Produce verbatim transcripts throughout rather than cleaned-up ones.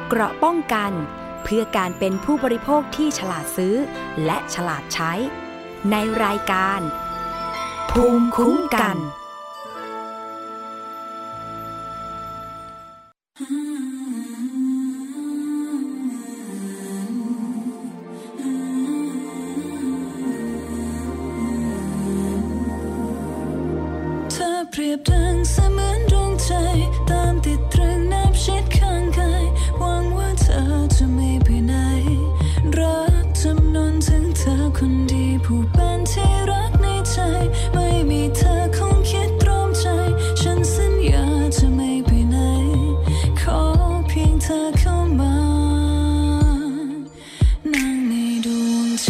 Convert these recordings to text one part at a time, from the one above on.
เกราะป้องกันเพื่อการเป็นผู้บริโภคที่ฉลาดซื้อและฉลาดใช้ในรายการภูมิคุ้มกันเปรียบดังเสมือนดวงใจตามติดตรึงแนบชิดข้างกายหวังว่าเธอจะไม่ไปไหนรักจำนวนถึงเธอคนดีผู้เป็นที่รักในใจไม่มีเธอคงคิดตรอมใจฉันสัญญาจะไม่ไปไหนขอเพียงเธอเข้ามานั่งในดวงใจ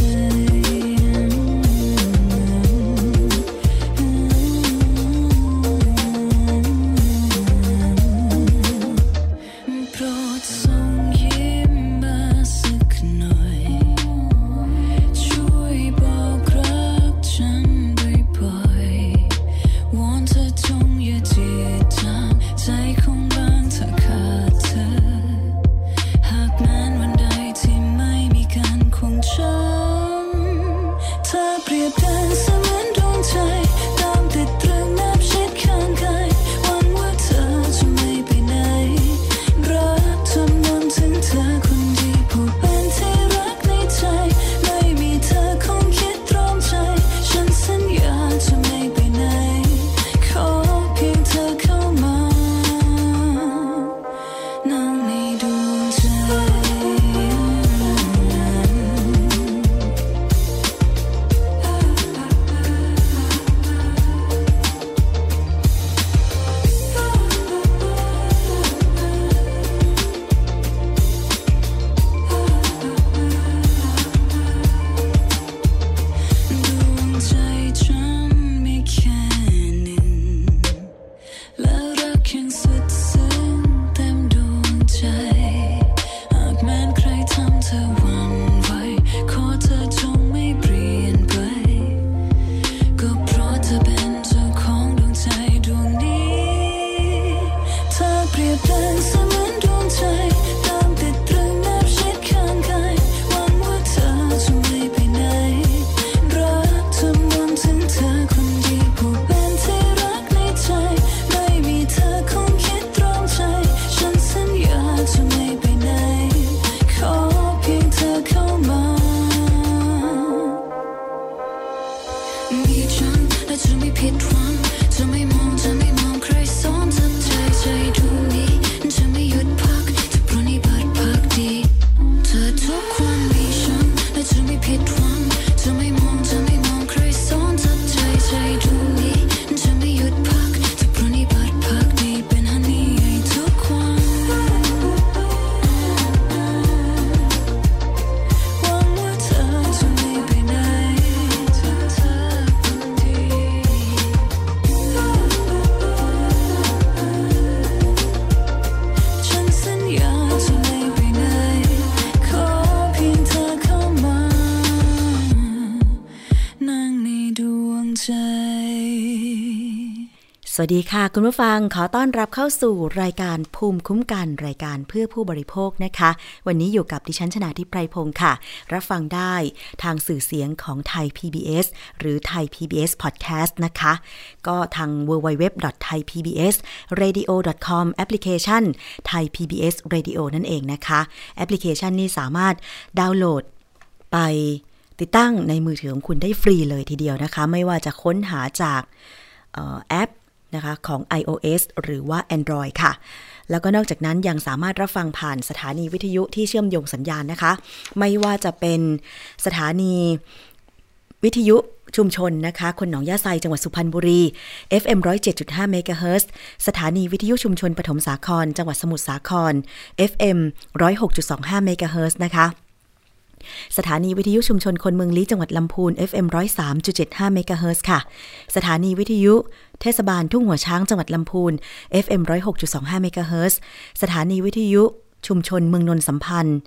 สวัสดีค่ะคุณผู้ฟังขอต้อนรับเข้าสู่รายการภูมิคุ้มกันรายการเพื่อผู้บริโภคนะคะวันนี้อยู่กับดิฉันชนาธิป ไพรพงศ์ค่ะรับฟังได้ทางสื่อเสียงของไทย พี บี เอส หรือไทย พี บี เอส Podcast นะคะก็ทาง ดับเบิลยู ดับเบิลยู ดับเบิลยู ดอท ไทย พี บี เอส เรดิโอ ดอท คอม แอปพลิเคชัน Thai พี บี เอส Radio นั่นเองนะคะแอปพลิเคชันนี้สามารถดาวน์โหลดไปติดตั้งในมือถือของคุณได้ฟรีเลยทีเดียวนะคะไม่ว่าจะค้นหาจากเอ่อแอปนะคะของ iOS หรือว่า Android ค่ะแล้วก็นอกจากนั้นยังสามารถรับฟังผ่านสถานีวิทยุที่เชื่อมโยงสัญญาณนะคะไม่ว่าจะเป็นสถานีวิทยุชุมชนนะคะคนหนองยาไซจังหวัดสุพรรณบุรี เอฟ เอ็ม หนึ่งร้อยเจ็ดจุดห้า เมกะเฮิรตซ์สถานีวิทยุชุมชนปฐมสาครจังหวัดสมุทรสาคร เอฟ เอ็ม หนึ่งร้อยหกจุดสองห้า เมกะเฮิรตซ์นะคะสถานีวิทยุชุมชนคนเมืองลี้จังหวัดลำพูน เอฟ เอ็ม หนึ่งร้อยสามจุดเจ็ดห้า เมกะเฮิรตซ์ค่ะสถานีวิทยุเทศบาลทุ่งหัวช้างจังหวัดลำพูน เอฟ เอ็ม หนึ่งร้อยหกจุดสองห้า เมกะเฮิรตซ์สถานีวิทยุชุมชนเมืองนนสัมพันธ์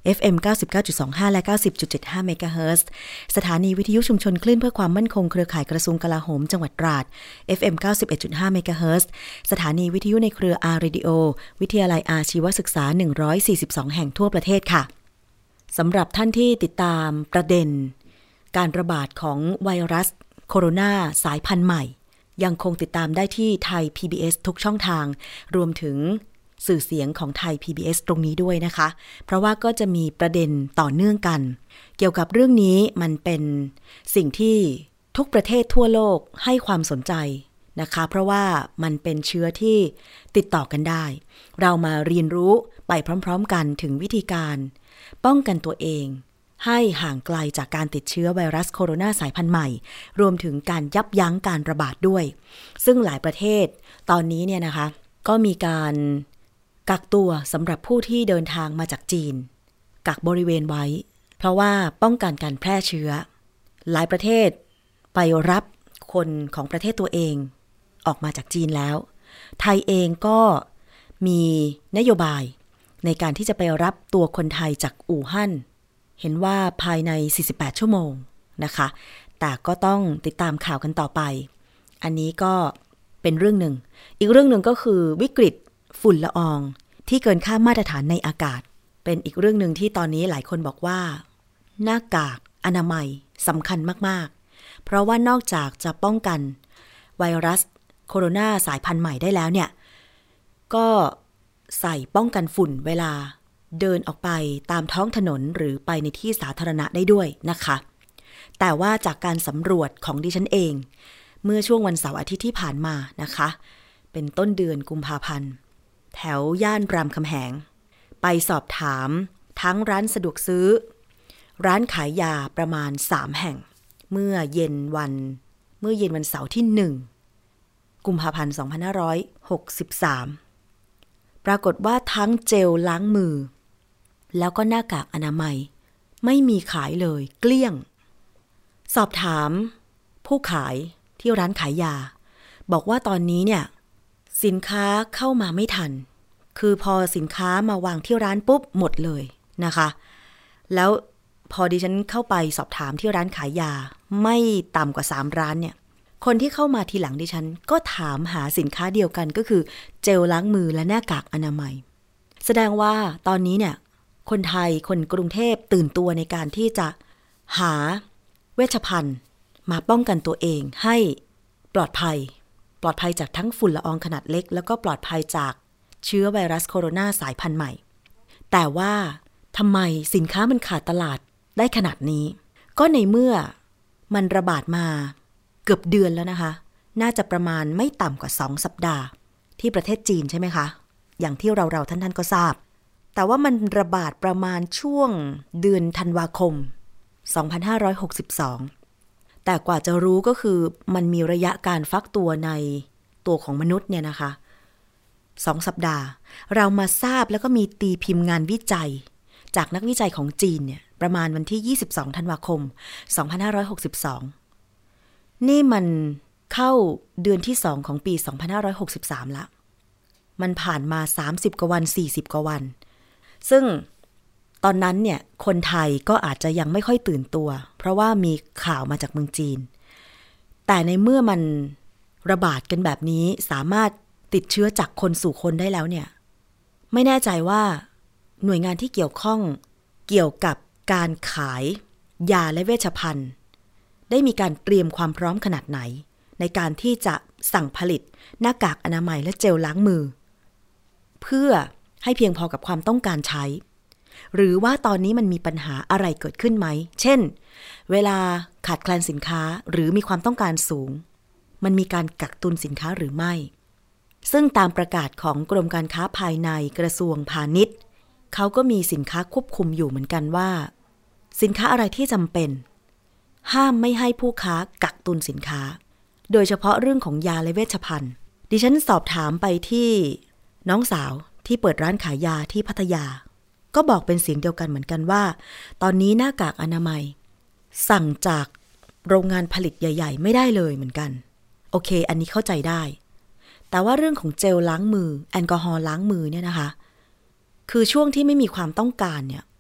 เอฟ เอ็ม เก้าสิบเก้าจุดสองห้า และ เก้าสิบจุดเจ็ดห้า เมกะเฮิรตซ์ สถานีวิทยุชุมชนคลื่นเพื่อความมั่นคงเครือข่ายกระทรวงกลาโหมจังหวัดตราด เอฟ เอ็ม เก้าสิบเอ็ดจุดห้า เมกะเฮิรตซ์ สถานีวิทยุในเครือ R Radio วิทยาลัยอาชีวศึกษาหนึ่งร้อยสี่สิบสองแห่งทั่วประเทศค่ะสำหรับท่านที่ติดตามประเด็นการระบาดของไวรัสโคโรนาสายพันธุ์ใหม่ยังคงติดตามได้ที่ไทย พี บี เอส ทุกช่องทางรวมถึงสื่อเสียงของไทย พี บี เอส ตรงนี้ด้วยนะคะเพราะว่าก็จะมีประเด็นต่อเนื่องกันเกี่ยวกับเรื่องนี้มันเป็นสิ่งที่ทุกประเทศทั่วโลกให้ความสนใจนะคะเพราะว่ามันเป็นเชื้อที่ติดต่อกันได้เรามาเรียนรู้ไปพร้อมๆกันถึงวิธีการป้องกันตัวเองให้ห่างไกลจากการติดเชื้อไวรัสโคโรนาสายพันธุ์ใหม่รวมถึงการยับยั้งการระบาดด้วยซึ่งหลายประเทศตอนนี้เนี่ยนะคะก็มีการกักตัวสำหรับผู้ที่เดินทางมาจากจีนกักบริเวณไว้เพราะว่าป้องกันการแพร่เชื้อหลายประเทศไปรับคนของประเทศตัวเองออกมาจากจีนแล้วไทยเองก็มีนโยบายในการที่จะไปรับตัวคนไทยจากอู่ฮั่นเห็นว่าภายในสี่สิบแปดชั่วโมงนะคะแต่ก็ต้องติดตามข่าวกันต่อไปอันนี้ก็เป็นเรื่องหนึ่งอีกเรื่องหนึ่งก็คือวิกฤตฝุ่นละอองที่เกินค่ามาตรฐานในอากาศเป็นอีกเรื่องหนึ่งที่ตอนนี้หลายคนบอกว่าหน้ากากอนามัยสำคัญมากๆเพราะว่านอกจากจะป้องกันไวรัสโคโรนาสายพันธุ์ใหม่ได้แล้วเนี่ยก็ใส่ป้องกันฝุ่นเวลาเดินออกไปตามท้องถนนหรือไปในที่สาธารณะได้ด้วยนะคะแต่ว่าจากการสำรวจของดิฉันเองเมื่อช่วงวันเสาร์อาทิตย์ที่ผ่านมานะคะเป็นต้นเดือนกุมภาพันธ์แถวย่านรามคำแหงไปสอบถามทั้งร้านสะดวกซื้อร้านขายยาประมาณสามแห่งเมื่อเย็นวันเมื่อเย็นวันเสาร์ที่หนึ่งกุมภาพันธ์สองพันห้าร้อยหกสิบสามปรากฏว่าทั้งเจลล้างมือแล้วก็หน้ากากอนามัยไม่มีขายเลยเกลี้ยงสอบถามผู้ขายที่ร้านขายยาบอกว่าตอนนี้เนี่ยสินค้าเข้ามาไม่ทันคือพอสินค้ามาวางที่ร้านปุ๊บหมดเลยนะคะแล้วพอดิฉันเข้าไปสอบถามที่ร้านขายยาไม่ต่ำกว่าสามร้านเนี่ยคนที่เข้ามาทีหลังดิฉันก็ถามหาสินค้าเดียวกันก็คือเจลล้างมือและหน้ากากอนามัยแสดงว่าตอนนี้เนี่ยคนไทยคนกรุงเทพตื่นตัวในการที่จะหาเวชภัณฑ์มาป้องกันตัวเองให้ปลอดภัยปลอดภัยจากทั้งฝุ่นละอองขนาดเล็กแล้วก็ปลอดภัยจากเชื้อไวรัสโคโรนาสายพันธุ์ใหม่แต่ว่าทำไมสินค้ามันขาดตลาดได้ขนาดนี้ก็ในเมื่อมันระบาดมาเกือบเดือนแล้วนะคะน่าจะประมาณไม่ต่ำกว่าสองสัปดาห์ที่ประเทศจีนใช่ไหมคะอย่างที่เราๆท่านๆก็ทราบแต่ว่ามันระบาดประมาณช่วงเดือนธันวาคมสองพันห้าร้อยหกสิบสองแต่กว่าจะรู้ก็คือมันมีระยะการฟักตัวในตัวของมนุษย์เนี่ยนะคะสองสัปดาห์เรามาทราบแล้วก็มีตีพิมพ์งานวิจัยจากนักวิจัยของจีนเนี่ยประมาณวันที่ยี่สิบสองธันวาคมสองพันห้าร้อยหกสิบสองนี่มันเข้าเดือนที่สองของปีสองพันห้าร้อยหกสิบสามละมันผ่านมาสามสิบกว่าวันสี่สิบกว่าวันซึ่งตอนนั้นเนี่ยคนไทยก็อาจจะยังไม่ค่อยตื่นตัวเพราะว่ามีข่าวมาจากเมืองจีนแต่ในเมื่อมันระบาดกันแบบนี้สามารถติดเชื้อจากคนสู่คนได้แล้วเนี่ยไม่แน่ใจว่าหน่วยงานที่เกี่ยวข้องเกี่ยวกับการขายยาและเวชภัณฑ์ได้มีการเตรียมความพร้อมขนาดไหนในการที่จะสั่งผลิตหน้ากากอนามัยและเจลล้างมือเพื่อให้เพียงพอกับความต้องการใช้หรือว่าตอนนี้มันมีปัญหาอะไรเกิดขึ้นไหมเช่นเวลาขาดแคลนสินค้าหรือมีความต้องการสูงมันมีการกักตุนสินค้าหรือไม่ซึ่งตามประกาศของกรมการค้าภายในกระทรวงพาณิชย์เขาก็มีสินค้าควบคุมอยู่เหมือนกันว่าสินค้าอะไรที่จำเป็นห้ามไม่ให้ผู้ค้ากักตุนสินค้าโดยเฉพาะเรื่องของยาและเวชภัณฑ์ดิฉันสอบถามไปที่น้องสาวที่เปิดร้านขายยาที่พัทยาก็บอกเป็นเสียงเดียวกันเหมือนกันว่าตอนนี้หน้ากากอนามัยสั่งจากโรงงานผลิตใหญ่ๆไม่ได้เลยเหมือนกันโอเคอันนี้เข้าใจได้แต่ว่าเรื่องของเจลล้างมือแอลกอฮอล์ล้างมือเนี่ยนะคะคือช่วงที่ไม่มีความต้องการเนี่ย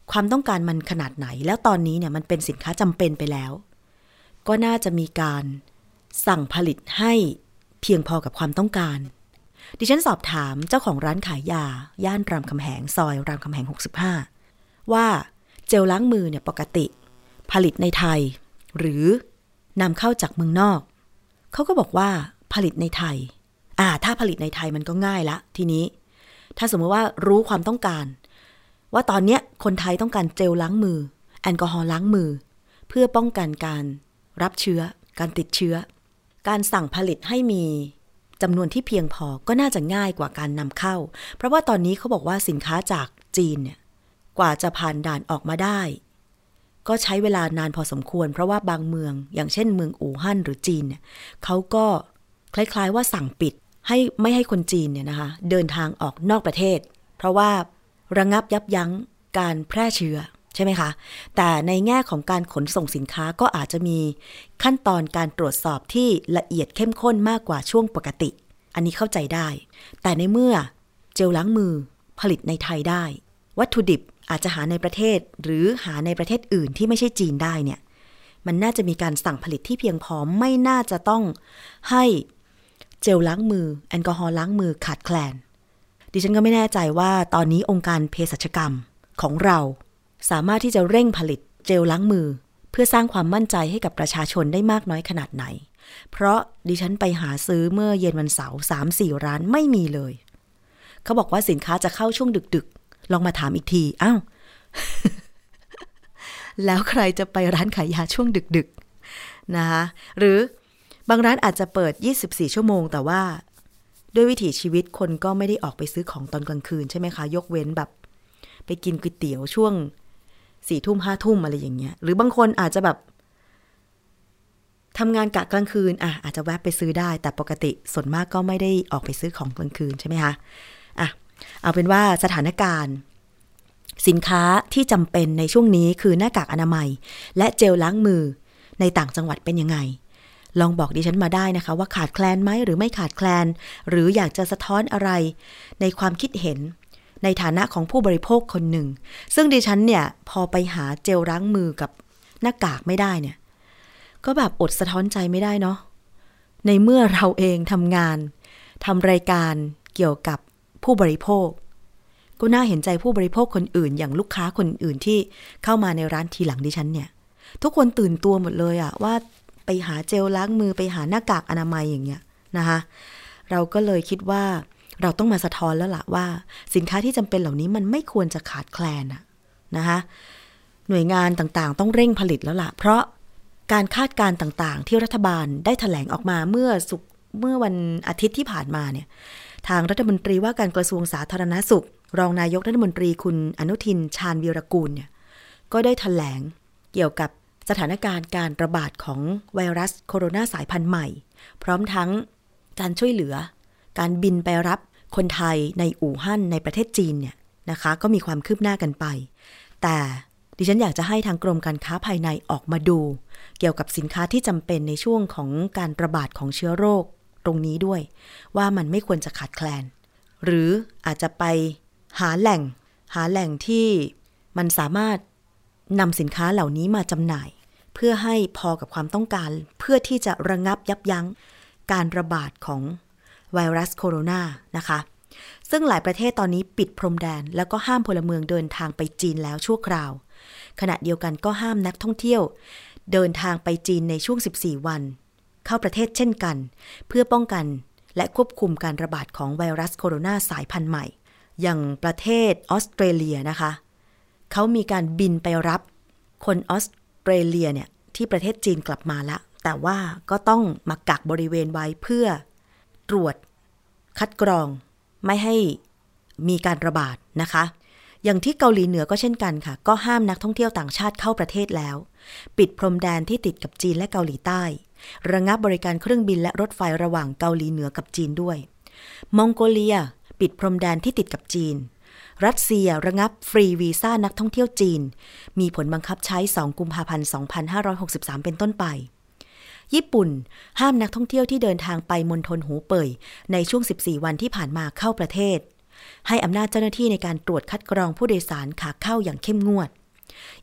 ความต้องการมันขนาดไหนแล้วตอนนี้เนี่ยมันเป็นสินค้าจำเป็นไปแล้วก็น่าจะมีการสั่งผลิตให้เพียงพอกับความต้องการดิฉันสอบถามเจ้าของร้านขายยาย่านรามคำแหงซอยรามคำแหงหกสิบห้าว่าเจลล้างมือเนี่ยปกติผลิตในไทยหรือนำเข้าจากเมืองนอกเขาก็บอกว่าผลิตในไทยอ่าถ้าผลิตในไทยมันก็ง่ายละทีนี้ถ้าสมมติว่ารู้ความต้องการว่าตอนนี้คนไทยต้องการเจลล้างมือแอลกอฮอล์ล้างมือเพื่อป้องกันการรับเชื้อการติดเชื้อการสั่งผลิตให้มีจำนวนที่เพียงพอก็น่าจะง่ายกว่าการนำเข้าเพราะว่าตอนนี้เขาบอกว่าสินค้าจากจีนเนี่ยกว่าจะผ่านด่านออกมาได้ก็ใช้เวลานานพอสมควรเพราะว่าบางเมืองอย่างเช่นเมืองอู่ฮั่นหรือจีนเนี่ยเขาก็คล้ายๆว่าสั่งปิดให้ไม่ให้คนจีนเนี่ยนะคะเดินทางออกนอกประเทศเพราะว่าระงับยับยั้งการแพร่เชื้อใช่ไหมคะแต่ในแง่ของการขนส่งสินค้าก็อาจจะมีขั้นตอนการตรวจสอบที่ละเอียดเข้มข้นมากกว่าช่วงปกติอันนี้เข้าใจได้แต่ในเมื่อเจลล้างมือผลิตในไทยได้วัตถุดิบอาจจะหาในประเทศหรือหาในประเทศอื่นที่ไม่ใช่จีนได้เนี่ยมันน่าจะมีการสั่งผลิตที่เพียงพอไม่น่าจะต้องให้เจลล้างมือแอลกอฮอล์ล้างมือขาดแคลนดิฉันก็ไม่แน่ใจว่าตอนนี้องค์การเภสัชกรรมของเราสามารถที่จะเร่งผลิตเจลล้างมือเพื่อสร้างความมั่นใจให้กับประชาชนได้มากน้อยขนาดไหนเพราะดิฉันไปหาซื้อเมื่อเย็นวันเสาร์ สามสี่ร้านไม่มีเลยเขาบอกว่าสินค้าจะเข้าช่วงดึกๆลองมาถามอีกทีอ้าว แล้วใครจะไปร้านขายยาช่วงดึกๆนะคะหรือบางร้านอาจจะเปิดยี่สิบสี่ชั่วโมงแต่ว่าด้วยวิถีชีวิตคนก็ไม่ได้ออกไปซื้อของตอนกลางคืนใช่ไหมคะยกเว้นแบบไปกินก๋วยเตี๋ยวช่วงสี่ทุ่มห้าทุ่มอะไรอย่างเงี้ยหรือบางคนอาจจะแบบทำงานกะกลางคืนอ่ะอาจจะแวะไปซื้อได้แต่ปกติส่วนมากก็ไม่ได้ออกไปซื้อของกลางคืนใช่ไหมคะอ่ะเอาเป็นว่าสถานการณ์สินค้าที่จำเป็นในช่วงนี้คือหน้ากากอนามัยและเจลล้างมือในต่างจังหวัดเป็นยังไงลองบอกดิฉันมาได้นะคะว่าขาดแคลนไหมหรือไม่ขาดแคลนหรืออยากจะสะท้อนอะไรในความคิดเห็นในฐานะของผู้บริโภคคนหนึ่งซึ่งดิฉันเนี่ยพอไปหาเจลล้างมือกับหน้ากากไม่ได้เนี่ยก็แบบอดสะท้อนใจไม่ได้เนาะในเมื่อเราเองทำงานทำรายการเกี่ยวกับผู้บริโภคก็น่าเห็นใจผู้บริโภคคนอื่นอย่างลูกค้าคนอื่นที่เข้ามาในร้านทีหลังดิฉันเนี่ยทุกคนตื่นตัวหมดเลยอะว่าไปหาเจลล้างมือไปหาหน้ากากอนามัยอย่างเงี้ยนะคะเราก็เลยคิดว่าเราต้องมาสะท้อนแล้วล่ะว่าสินค้าที่จำเป็นเหล่านี้มันไม่ควรจะขาดแคลนอะนะคะหน่วยงานต่างๆต้องเร่งผลิตแล้วล่ะเพราะการคาดการณ์ต่างๆที่รัฐบาลได้แถลงออกมาเมื่อสุกเมื่อวันอาทิตย์ที่ผ่านมาเนี่ยทางรัฐมนตรีว่าการกระทรวงสาธารณสุขรองนายกรัฐมนตรีคุณอนุทินชาญวีรกูลเนี่ยก็ได้แถลงเกี่ยวกับสถานการณ์การระบาดของไวรัสโคโรนาสายพันธุ์ใหม่พร้อมทั้งการช่วยเหลือการบินไปรับคนไทยในอู่ฮั่นในประเทศจีนเนี่ยนะคะก็มีความคืบหน้ากันไปแต่ดิฉันอยากจะให้ทางกรมการค้าภายในออกมาดูเกี่ยวกับสินค้าที่จำเป็นในช่วงของการระบาดของเชื้อโรคตรงนี้ด้วยว่ามันไม่ควรจะขาดแคลนหรืออาจจะไปหาแหล่งหาแหล่งที่มันสามารถนำสินค้าเหล่านี้มาจำหน่ายเพื่อให้พอกับความต้องการเพื่อที่จะระงับยับยั้งการระบาดของไวรัสโคโรนานะคะซึ่งหลายประเทศตอนนี้ปิดพรมแดนแล้วก็ห้ามพลเมืองเดินทางไปจีนแล้วชั่วคราวขณะเดียวกันก็ห้ามนักท่องเที่ยวเดินทางไปจีนในช่วงสิบสี่วันเข้าประเทศเช่นกันเพื่อป้องกันและควบคุมการระบาดของไวรัสโคโรนาสายพันธุ์ใหม่อย่างประเทศออสเตรเลียนะคะเขามีการบินไปรับคนออสเตรเลียเนี่ยที่ประเทศจีนกลับมาละแต่ว่าก็ต้องมากักบริเวณไว้เพื่อตรวจคัดกรองไม่ให้มีการระบาดนะคะอย่างที่เกาหลีเหนือก็เช่นกันค่ะก็ห้ามนักท่องเที่ยวต่างชาติเข้าประเทศแล้วปิดพรมแดนที่ติดกับจีนและเกาหลีใต้ระงับบริการเครื่องบินและรถไฟระหว่างเกาหลีเหนือกับจีนด้วยมองโกเลียปิดพรมแดนที่ติดกับจีนรัสเซียระงับฟรีวีซ่านักท่องเที่ยวจีนมีผลบังคับใช้สองกุมภาพันธ์สองพันห้าร้อยหกสิบสามเป็นต้นไปญี่ปุ่นห้ามนักท่องเที่ยวที่เดินทางไปมณฑลหูเป่ยในช่วงสิบสี่วันที่ผ่านมาเข้าประเทศให้อำนาจเจ้าหน้าที่ในการตรวจคัดกรองผู้โดยสารขาเข้าอย่างเข้มงวด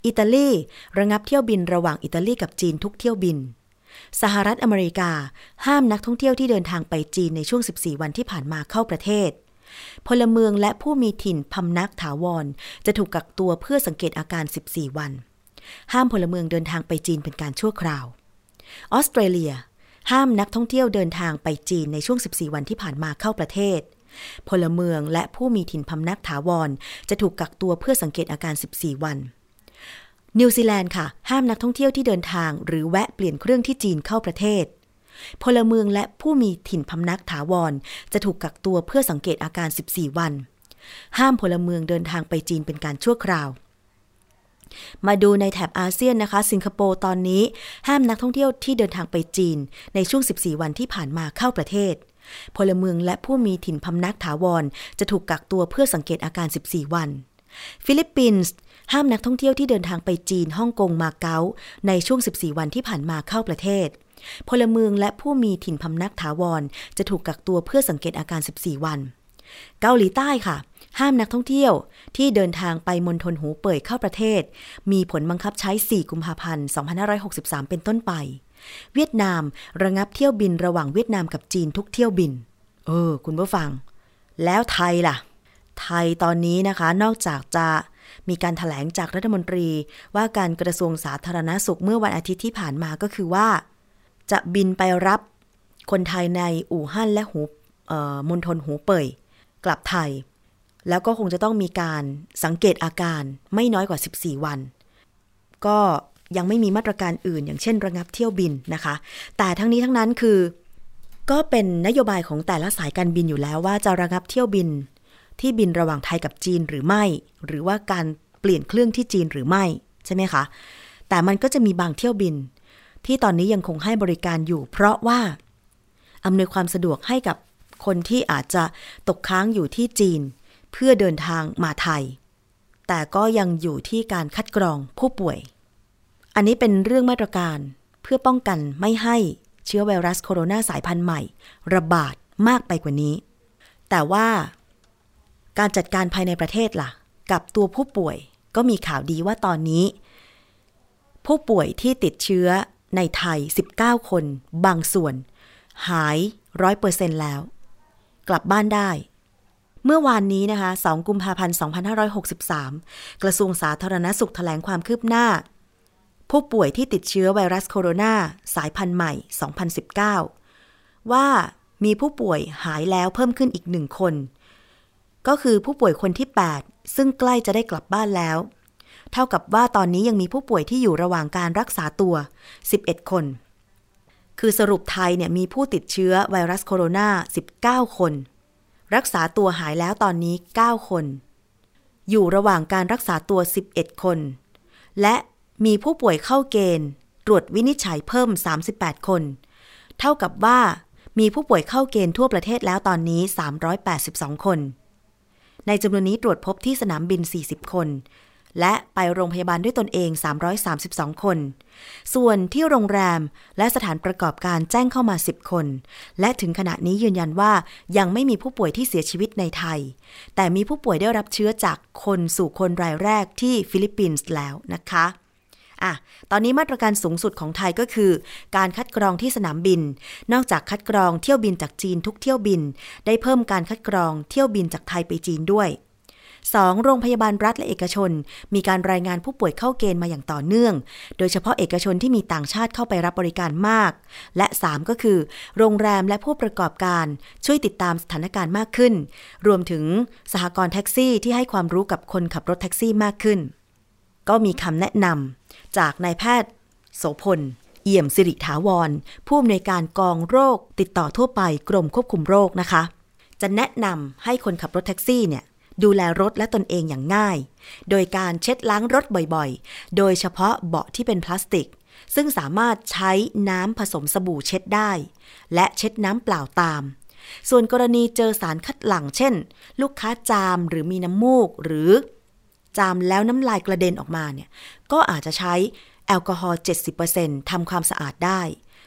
อิตาลีระงับเที่ยวบินระหว่างอิตาลีกับจีนทุกเที่ยวบินสหรัฐอเมริกาห้ามนักท่องเที่ยวที่เดินทางไปจีนในช่วงสิบสี่วันที่ผ่านมาเข้าประเทศพลเมืองและผู้มีถิ่นพำนักถาวรจะถูกกักตัวเพื่อสังเกตอาการสิบสี่วันห้ามพลเมืองเดินทางไปจีนเป็นการชั่วคราวออสเตรเลียห้ามนักท่องเที่ยวเดินทางไปจีนในช่วงสิบสี่วันที่ผ่านมาเข้าประเทศพลเมืองและผู้มีถิ่นพำนักถาวรจะถูกกักตัวเพื่อสังเกตอาการสิบสี่วันนิวซีแลนด์ค่ะห้ามนักท่องเที่ยวที่เดินทางหรือแวะเปลี่ยนเครื่องที่จีนเข้าประเทศพลเมืองและผู้มีถิ่นพำนักถาวรจะถูกกักตัวเพื่อสังเกตอาการสิบสี่วันห้ามพลเมืองเดินทางไปจีนเป็นการชั่วคราวมาดูในแถบอาเซียนนะคะสิงคโปร์ตอนนี้ห้ามนักท่องเที่ยวที่เดินทางไปจีนในช่วงสิบสี่วันที่ผ่านมาเข้าประเทศพลเมืองและผู้มีถิ่นพำนักถาวรจะถูกกักตัวเพื่อสังเกตอาการสิบสี่วันฟิลิปปินส์ห้ามนักท่องเที่ยวที่เดินทางไปจีนฮ่องกงมาเก๊าในช่วงสิบสี่วันที่ผ่านมาเข้าประเทศพลเมืองและผู้มีถิ่นพำนักถาวรจะถูกกักตัวเพื่อสังเกตอาการสิบสี่วันเกาหลีใต้ค่ะห้ามนักท่องเที่ยวที่เดินทางไปมณฑลหูเป่ยเข้าประเทศมีผลบังคับใช้สี่กุมภาพันธ์สองพันห้าร้อยหกสิบสามเป็นต้นไปเวียดนามระงับเที่ยวบินระหว่างเวียดนามกับจีนทุกเที่ยวบินเออคุณผู้ฟังแล้วไทยล่ะไทยตอนนี้นะคะนอกจากจะมีการแถลงจากรัฐมนตรีว่าการกระทรวงสาธารณสุขเมื่อวันอาทิตย์ที่ผ่านมาก็คือว่าจะบินไปรับคนไทยในอู่ฮั่นและหูเอ่อมณฑลหูเป่ยกลับไทยแล้วก็คงจะต้องมีการสังเกตอาการไม่น้อยกว่าสิบสี่วันก็ยังไม่มีมาตรการอื่นอย่างเช่นระงับเที่ยวบินนะคะแต่ทั้งนี้ทั้งนั้นคือก็เป็นนโยบายของแต่ละสายการบินอยู่แล้วว่าจะระงับเที่ยวบินที่บินระหว่างไทยกับจีนหรือไม่หรือว่าการเปลี่ยนเครื่องที่จีนหรือไม่ใช่ไหมคะแต่มันก็จะมีบางเที่ยวบินที่ตอนนี้ยังคงให้บริการอยู่เพราะว่าอำนวยความสะดวกให้กับคนที่อาจจะตกค้างอยู่ที่จีนเพื่อเดินทางมาไทยแต่ก็ยังอยู่ที่การคัดกรองผู้ป่วยอันนี้เป็นเรื่องมาตรการเพื่อป้องกันไม่ให้เชื้อไวรัสโคโรนาสายพันธุ์ใหม่ระบาดมากไปกว่านี้แต่ว่าการจัดการภายในประเทศล่ะกับตัวผู้ป่วยก็มีข่าวดีว่าตอนนี้ผู้ป่วยที่ติดเชื้อในไทยสิบเก้าคนบางส่วนหาย ร้อยเปอร์เซ็นต์ แล้วกลับบ้านได้เมื่อวานนี้นะคะสองกุมภาพันธ์สองพันห้าร้อยหกสิบสามกระทรวงสาธารณสุขแถลงความคืบหน้าผู้ป่วยที่ติดเชื้อไวรัสโคโรนาสายพันธุ์ใหม่สองพันสิบเก้าว่ามีผู้ป่วยหายแล้วเพิ่มขึ้นอีกหนึ่งคนก็คือผู้ป่วยคนที่แปดซึ่งใกล้จะได้กลับบ้านแล้วเท่ากับว่าตอนนี้ยังมีผู้ป่วยที่อยู่ระหว่างการรักษาตัวสิบเอ็ดคนคือสรุปไทยเนี่ยมีผู้ติดเชื้อไวรัสโคโรนาสิบเก้าคนรักษาตัวหายแล้วตอนนี้เก้าคนอยู่ระหว่างการรักษาตัวสิบเอ็ดคนและมีผู้ป่วยเข้าเกณฑ์ตรวจวินิจฉัยเพิ่มสามสิบแปดคนเท่ากับว่ามีผู้ป่วยเข้าเกณฑ์ทั่วประเทศแล้วตอนนี้สามร้อยแปดสิบสองคนในจำนวนนี้ตรวจพบที่สนามบินสี่สิบคนและไปโรงพยาบาลด้วยตนเองสามร้อยสามสิบสองคนส่วนที่โรงแรมและสถานประกอบการแจ้งเข้ามาสิบคนและถึงขณะนี้ยืนยันว่ายังไม่มีผู้ป่วยที่เสียชีวิตในไทยแต่มีผู้ป่วยได้รับเชื้อจากคนสู่คนรายแรกที่ฟิลิปปินส์แล้วนะคะอ่ะตอนนี้มาตรการสูงสุดของไทยก็คือการคัดกรองที่สนามบินนอกจากคัดกรองเที่ยวบินจากจีนทุกเที่ยวบินได้เพิ่มการคัดกรองเที่ยวบินจากไทยไปจีนด้วยสองโรงพยาบาลรัฐและเอกชนมีการรายงานผู้ป่วยเข้าเกณฑ์มาอย่างต่อเนื่องโดยเฉพาะเอกชนที่มีต่างชาติเข้าไปรับบริการมากและสามก็คือโรงแรมและผู้ประกอบการช่วยติดตามสถานการณ์มากขึ้นรวมถึงสหกรณ์แท็กซี่ที่ให้ความรู้กับคนขับรถแท็กซี่มากขึ้นก็มีคำแนะนำจากนายแพทย์โสพลเอี่ยมสิริถาวรผู้อำนวยการกองโรคติดต่อทั่วไปกรมควบคุมโรคนะคะจะแนะนำให้คนขับรถแท็กซี่เนี่ยดูแลรถและตนเองอย่างง่ายโดยการเช็ดล้างรถบ่อยๆโดยเฉพาะเบาะที่เป็นพลาสติกซึ่งสามารถใช้น้ำผสมสบู่เช็ดได้และเช็ดน้ำเปล่าตามส่วนกรณีเจอสารคัดหลั่งเช่นลูกค้าจามหรือมีน้ำมูกหรือจามแล้วน้ำลายกระเด็นออกมาเนี่ยก็อาจจะใช้แอลกอฮอล์ เจ็ดสิบเปอร์เซ็นต์ ทำความสะอาดได้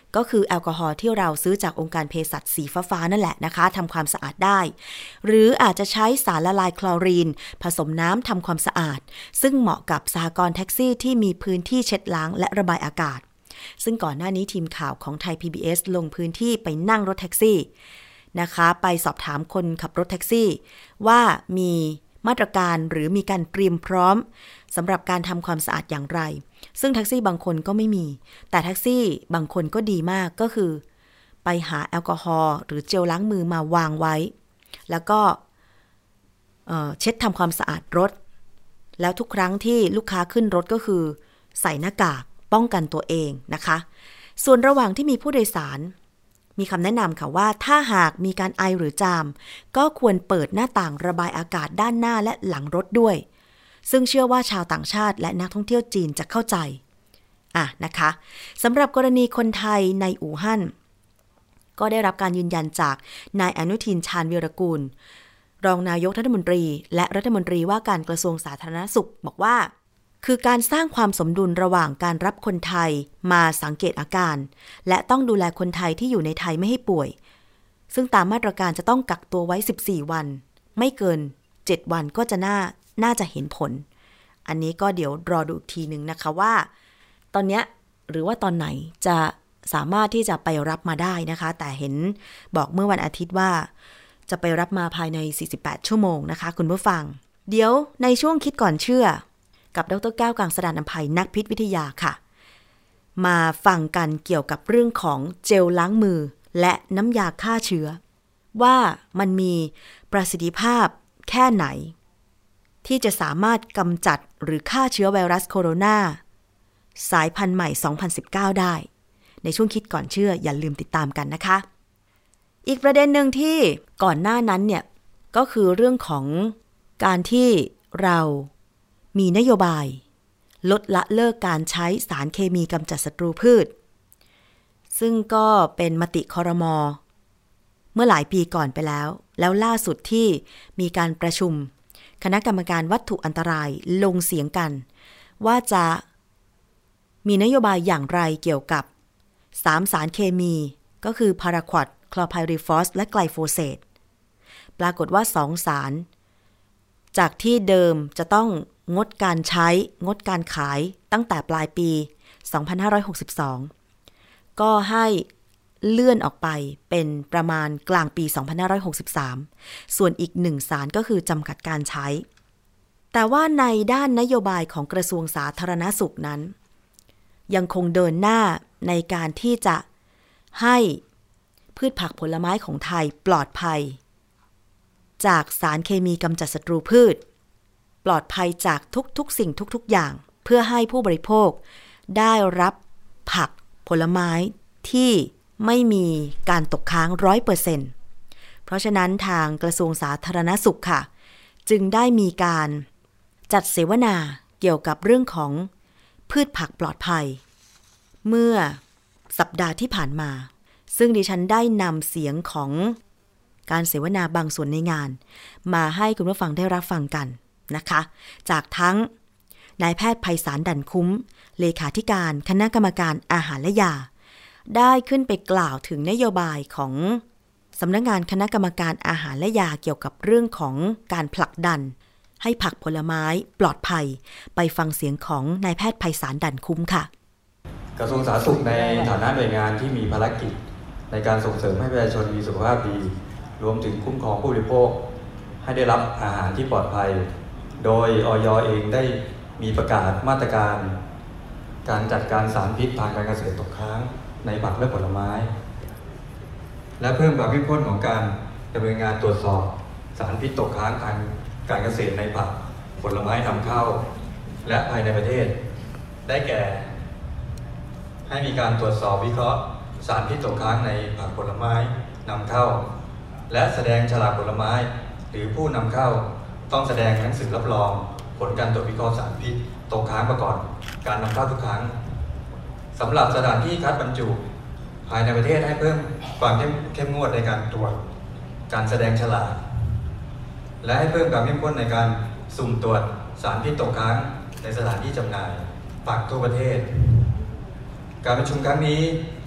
ก็คือแอลกอฮอล์ที่เราซื้อจากองค์การเภสัชสีฟ้าๆนั่นแหละนะคะทำความสะอาดได้หรืออาจจะใช้สารละลายคลอรีนผสมน้ำทำความสะอาดซึ่งเหมาะกับสหกรณ์แท็กซี่ที่มีพื้นที่เช็ดล้างและระบายอากาศซึ่งก่อนหน้านี้ทีมข่าวของไทย พี บี เอส ลงพื้นที่ไปนั่งรถแท็กซี่นะคะไปสอบถามคนขับรถแท็กซี่ว่ามีมาตรการหรือมีการเตรียมพร้อมสำหรับการทำความสะอาดอย่างไรซึ่งแท็กซี่บางคนก็ไม่มีแต่แท็กซี่บางคนก็ดีมากก็คือไปหาแอลกอฮอล์หรือเจลล้างมือมาวางไว้แล้วก็เอ่อเช็ดทำความสะอาดรถแล้วทุกครั้งที่ลูกค้าขึ้นรถก็คือใส่หน้ากากป้องกันตัวเองนะคะส่วนระหว่างที่มีผู้โดยสารมีคำแนะนำค่ะว่าถ้าหากมีการไอหรือจามก็ควรเปิดหน้าต่างระบายอากาศด้านหน้าและหลังรถด้วยซึ่งเชื่อว่าชาวต่างชาติและนักท่องเที่ยวจีนจะเข้าใจอ่ะนะคะสำหรับกรณีคนไทยในอู่ฮั่นก็ได้รับการยืนยันจากนายอนุทินชาญวีรกูลรองนายกรัฐมนตรีและรัฐมนตรีว่าการกระทรวงสาธารณสุขบอกว่าคือการสร้างความสมดุลระหว่างการรับคนไทยมาสังเกตอาการและต้องดูแลคนไทยที่อยู่ในไทยไม่ให้ป่วยซึ่งตามมาตรการจะต้องกักตัวไว้สิบสี่วันไม่เกินเจ็ดวันก็จะน่าน่าจะเห็นผลอันนี้ก็เดี๋ยวรอดูอีกทีนึงนะคะว่าตอนนี้หรือว่าตอนไหนจะสามารถที่จะไปรับมาได้นะคะแต่เห็นบอกเมื่อวันอาทิตย์ว่าจะไปรับมาภายในสี่สิบแปดชั่วโมงนะคะคุณผู้ฟังเดี๋ยวในช่วงคิดก่อนเชื่อกับดร.แก้วกังสดาลอำไพนักพิษวิทยาค่ะมาฟังกันเกี่ยวกับเรื่องของเจลล้างมือและน้ำยาฆ่าเชื้อว่ามันมีประสิทธิภาพแค่ไหนที่จะสามารถกำจัดหรือฆ่าเชื้อไวรัสโคโรนาสายพันธุ์ใหม่สองพันสิบเก้าได้ในช่วงคิดก่อนเชื่ออย่าลืมติดตามกันนะคะอีกประเด็นหนึ่งที่ก่อนหน้านั้นเนี่ยก็คือเรื่องของการที่เรามีนโยบายลดละเลิกการใช้สารเคมีกำจัดศัตรูพืชซึ่งก็เป็นมติครม.เมื่อหลายปีก่อนไปแล้วแล้วล่าสุดที่มีการประชุมคณะกรรมการวัตถุอันตรายลงเสียงกันว่าจะมีนโยบายอย่างไรเกี่ยวกับสามสารเคมีก็คือพาราควอดคลอไพริฟอสและไกลโฟเสตปรากฏว่าสองสารจากที่เดิมจะต้องงดการใช้งดการขายตั้งแต่ปลายปีสองพันห้าร้อยหกสิบสองก็ให้เลื่อนออกไปเป็นประมาณกลางปีสองพันห้าร้อยหกสิบสามส่วนอีกหนึ่งสารก็คือจำกัดการใช้แต่ว่าในด้านนโยบายของกระทรวงสาธารณสุขนั้นยังคงเดินหน้าในการที่จะให้พืชผักผลไม้ของไทยปลอดภัยจากสารเคมีกำจัดศัตรูพืชปลอดภัยจากทุกๆสิ่งทุกๆอย่างเพื่อให้ผู้บริโภคได้รับผักผลไม้ที่ไม่มีการตกค้าง ร้อยเปอร์เซ็นต์ เพราะฉะนั้นทางกระทรวงสาธารณสุขค่ะจึงได้มีการจัดเสวนาเกี่ยวกับเรื่องของพืชผักปลอดภัยเมื่อสัปดาห์ที่ผ่านมาซึ่งดิฉันได้นำเสียงของการเสวนาบางส่วนในงานมาให้คุณผู้ฟังได้รับฟังกันนะคะจากทั้งนายแพทย์ไพศาลดั่นคุ้มเลขาธิการคณะกรรมการอาหารและยาได้ขึ้นไปกล่าวถึงนโยบายของสำนักงานคณะกรรมการอาหารและยาเกี่ยวกับเรื่องของการผลักดันให้ผักผลไม้ปลอดภัยไปฟังเสียงของนายแพทย์ไพศาลดั่นคุ้มค่ะกระทรวงสาธารณสุขในฐานะหน่วยงานที่มีภารกิจในการส่งเสริมให้ประชาชนมีสุขภาพดีรวมถึงคุ้มครองผู้บริโภคให้ได้รับอาหารที่ปลอดภัยโดยอย.เองได้มีประกาศมาตรการการจัดการสารพิษทางการเกษตรตกค้างในผักและผลไม้และเพิ่มความเข้มข้นของการดำเนินงานตรวจสอบสารพิษตกค้างทางการเกษตรในผักผลไม้นำเข้าและภายในประเทศได้แก่ให้มีการตรวจสอบวิเคราะห์สารพิษตกค้างในผักผลไม้นำเข้าและแสดงฉลากผลไม้หรือผู้นำเข้าต้องแสดงหนังสือรับรองผลการตรวจวิเคราะห์สารพิษตกค้างมาก่อนการนำเข้าทุกครั้งสำหรับสถานที่คัดบรรจุภายในประเทศให้เพิ่มความเข้มงวดในการตรวจการแสดงฉลากและให้เพิ่มความเข้มข้นในการสุ่มตรวจสารพิษตกค้างในสถานที่จำหน่ายผักทั่วประเทศการประชุมครั้งนี้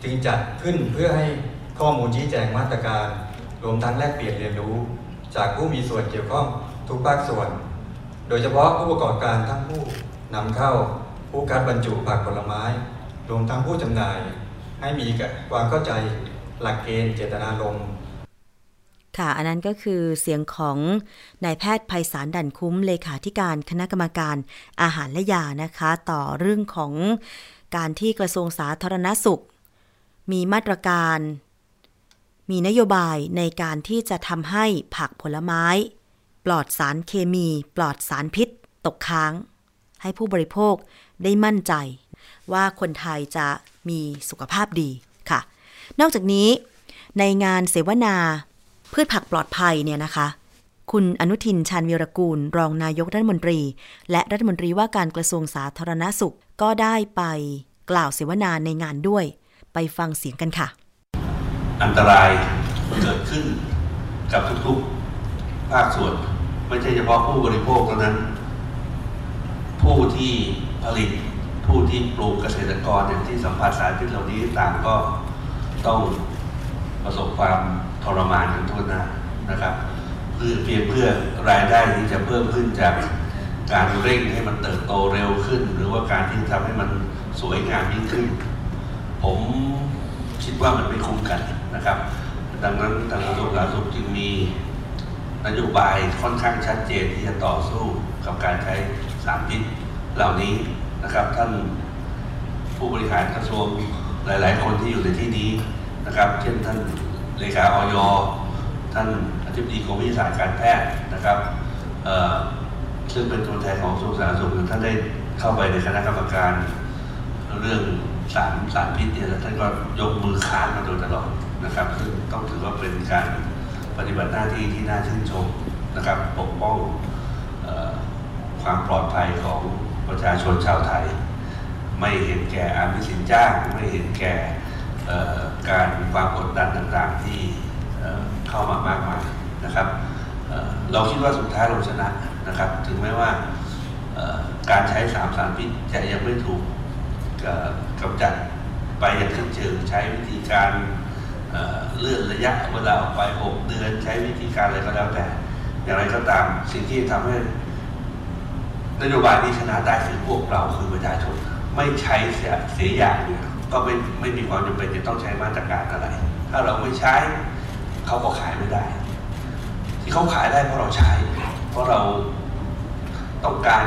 จึงจัดขึ้นเพื่อให้ข้อมูลชี้แจงมาตรการรวมทั้งแลกเปลี่ยนเรียนรู้จากผู้มีส่วนเกี่ยวข้องทุกภาคส่วนโดยเฉพาะผู้ประกอบการทั้งผู้นำเข้าผู้คัดบรรจุผักผลไม้รวมทั้งผู้จำหน่ายให้มีความเข้าใจหลักเกณฑ์เจตนารมณ์ค่ะอันนั้นก็คือเสียงของนายแพทย์ไพศาลดั่นคุ้มเลขาธิการคณะกรรมการอาหารและยานะคะต่อเรื่องของการที่กระทรวงสาธารณสุขมีมาตรการมีนโยบายในการที่จะทำให้ผักผลไม้ปลอดสารเคมีปลอดสารพิษตกค้างให้ผู้บริโภคได้มั่นใจว่าคนไทยจะมีสุขภาพดีค่ะนอกจากนี้ในงานเสวนาพืชผักปลอดภัยเนี่ยนะคะคุณอนุทินชาญวีรกูลรองนายกรัฐมนตรีและรัฐมนตรีว่าการกระทรวงสาธารณสุขก็ได้ไปกล่าวเสวนาในงานด้วยไปฟังเสียงกันค่ะอันตรายเกิดขึ้นกับทุกๆภาคส่วนไม่ใช่เฉพาะผู้บริโภคเท่านั้นผู้ที่ผลิตผู้ที่ปลูกเกษตรกรอย่างที่สัมผัสสารพิษเหล่านี้ต่างก็ต้องประสบความทรมานกันทั่วหน้านะครับเพื่อเพียงเพื่อรายได้ที่จะเพิ่มขึ้นจากการเร่งให้มันเติบโตเร็วขึ้นหรือว่าการที่ทำให้มันสวยงามยิ่งขึ้นผมคิดว่ามันไม่คุ้มกันนะครับดังนั้นทางกระทรวงสาธารณสุขจึงมีนโยบายค่อนข้างชัดเจนที่จะต่อสู้กับการใช้สารพิษเหล่านี้นะครับท่านผู้บริหารกระทรวงหลายๆคนที่อยู่ในที่นี้นะครับเช่นท่านเลขาอย.ท่านอธิบดีกรมวิทยาศาสตร์การแพทย์นะครับซึ่งเป็นตัวแทนของกระทรวงสาธารณสุขท่านได้เข้าไปในคณะกรรมการเรื่องสารสารพิษเนี่ยแล้วท่านก็ยกมือค้านมาโดยตลอดนะครับซึ่งต้องถือว่าเป็นการปฏิบัติหน้าที่ที่น่าชื่นชมนะครับปกป้องเอ่อความปลอดภัยของประชาชนชาวไทยไม่เห็นแก่อามิสินจ้างไม่เห็นแก่การความกดดันต่างๆที่เข้ามามากมายนะครับเราคิดว่าสุดท้ายเราชนะนะครับถึงแม้ว่าการใช้สามสารพิษจะยังไม่ถูกกำจัดไปอย่างสิ้นเชิงใช้วิธีการเลื่อนระยะเวลาออกไปหกเดือนใช้วิธีการอะไรก็แล้วแต่อย่างไรก็ตามสิ่งที่ทำให้นโยบายนี้ชนะได้คือพวกเราคือประชาชนไม่ใช้เสียเสียอย่างเดียวก็ไม่ไม่มีความจำเป็นจะต้องใช้มาตรการอะไรถ้าเราไม่ใช้เขาก็ขายไม่ได้ที่เขาขายได้เพราะเราใช้เพราะเราต้องการ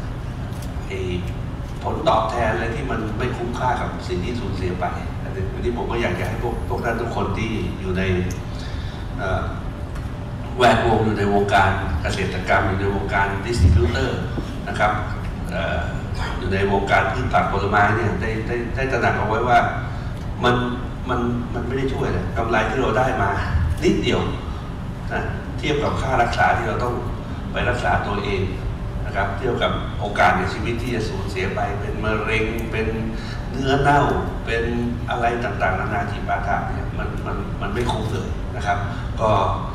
ผลตอบแทนอะไรที่มันไม่คุ้มค่ากับสิ่งที่สูญเสียไปวันนี้ผมก็อยากจะให้พวกพวกท่านทุกคนที่อยู่ในแวดวงอยู่ในวงการเกษตรกรรมอยู่ในวงการดิสทริบิวเตอร์นะครับอยู่ในวงการพืชผักผลไม้เนี่ยได้ได้ได้ตระหนักเอาไว้ว่ามันมันมันไม่ได้ช่วยเลยกำไรที่เราได้มานิดเดียวนะเทียบกับค่ารักษาที่เราต้องไปรักษาตัวเองนะครับเทียบกับโอกาสในชีวิตที่จะสูญเสียไปเป็นมะเร็งเป็นเนื้อเน่าเป็นอะไรต่างๆนานาจิปาถะเนี่ยมันมันมันไม่คุ้มเลยนะครับก็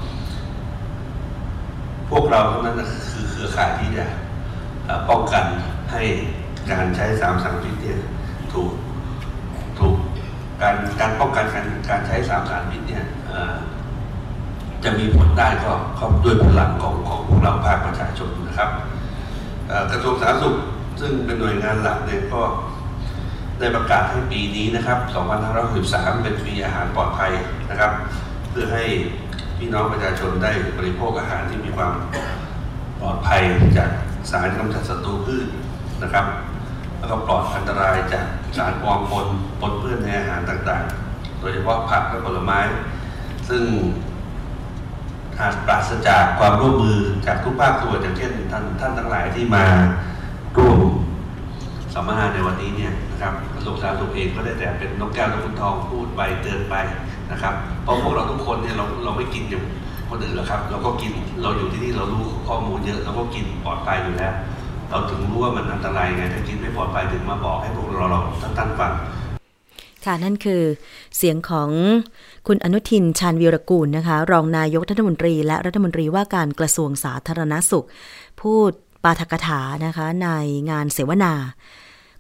พวกเราเท่านั้นคือเครือข่ายที่จะป้องกันให้การใช้สามสารพิษเนี่ยถูกถูกการการป้องกันการการใช้สามสารพิษเนี่ยจะมีผลได้ก็ก็ด้วยพลังของของพวกเราภาคประชาชนนะครับกระทรวงสาธารณสุขซึ่งเป็นหน่วยงานหลักเนี่ยก็ได้ประกาศให้ปีนี้นะครับสองพันห้าร้อยหกสิบสามเป็นปีอาหารปลอดภัยนะครับเพื่อให้พี่น้องประชาชนได้บริโภคอาหารที่มีความปลอดภัยจากสารกำจัดศัตรูพืชนะครับแล้วก็ปลอดอันตรายจากสารปลอมปนปนเปื้อนในอาหารต่างๆโดยเฉพาะผักและผลไม้ซึ่งหากปราศจากความร่วมมือจากทุกภาคส่วนอย่างเช่นท่านท่านทั้งหลายที่มาร่วมสัมมนาในวันนี้เนี่ยนะครับกระทรวงสาธารณสุขเองก็ได้แต่เป็นนกแก้วนกขุนทองพูดไปเตือนไปนะครับเพราะพวกเราทุกคนเนี่ยเราเราไม่กินอย่างคนอื่นหรอกครับเราก็กินเราอยู่ที่นี่เรารู้ข้อมูลเยอะเราก็กินปลอดภัยอยู่แล้วเราถึงรู้ว่ามันอันตรายไงถ้ากินไม่ปลอดภัยถึงมาบอกให้พวกเราเราท่านท่านฟังค่ะนั่นคือเสียงของคุณอนุทินชาญวีรกูลนะคะรองนายกรัฐมนตรีและรัฐมนตรีว่าการกระทรวงสาธารณสุขพูดปาฐกถานะคะในงานเสวนา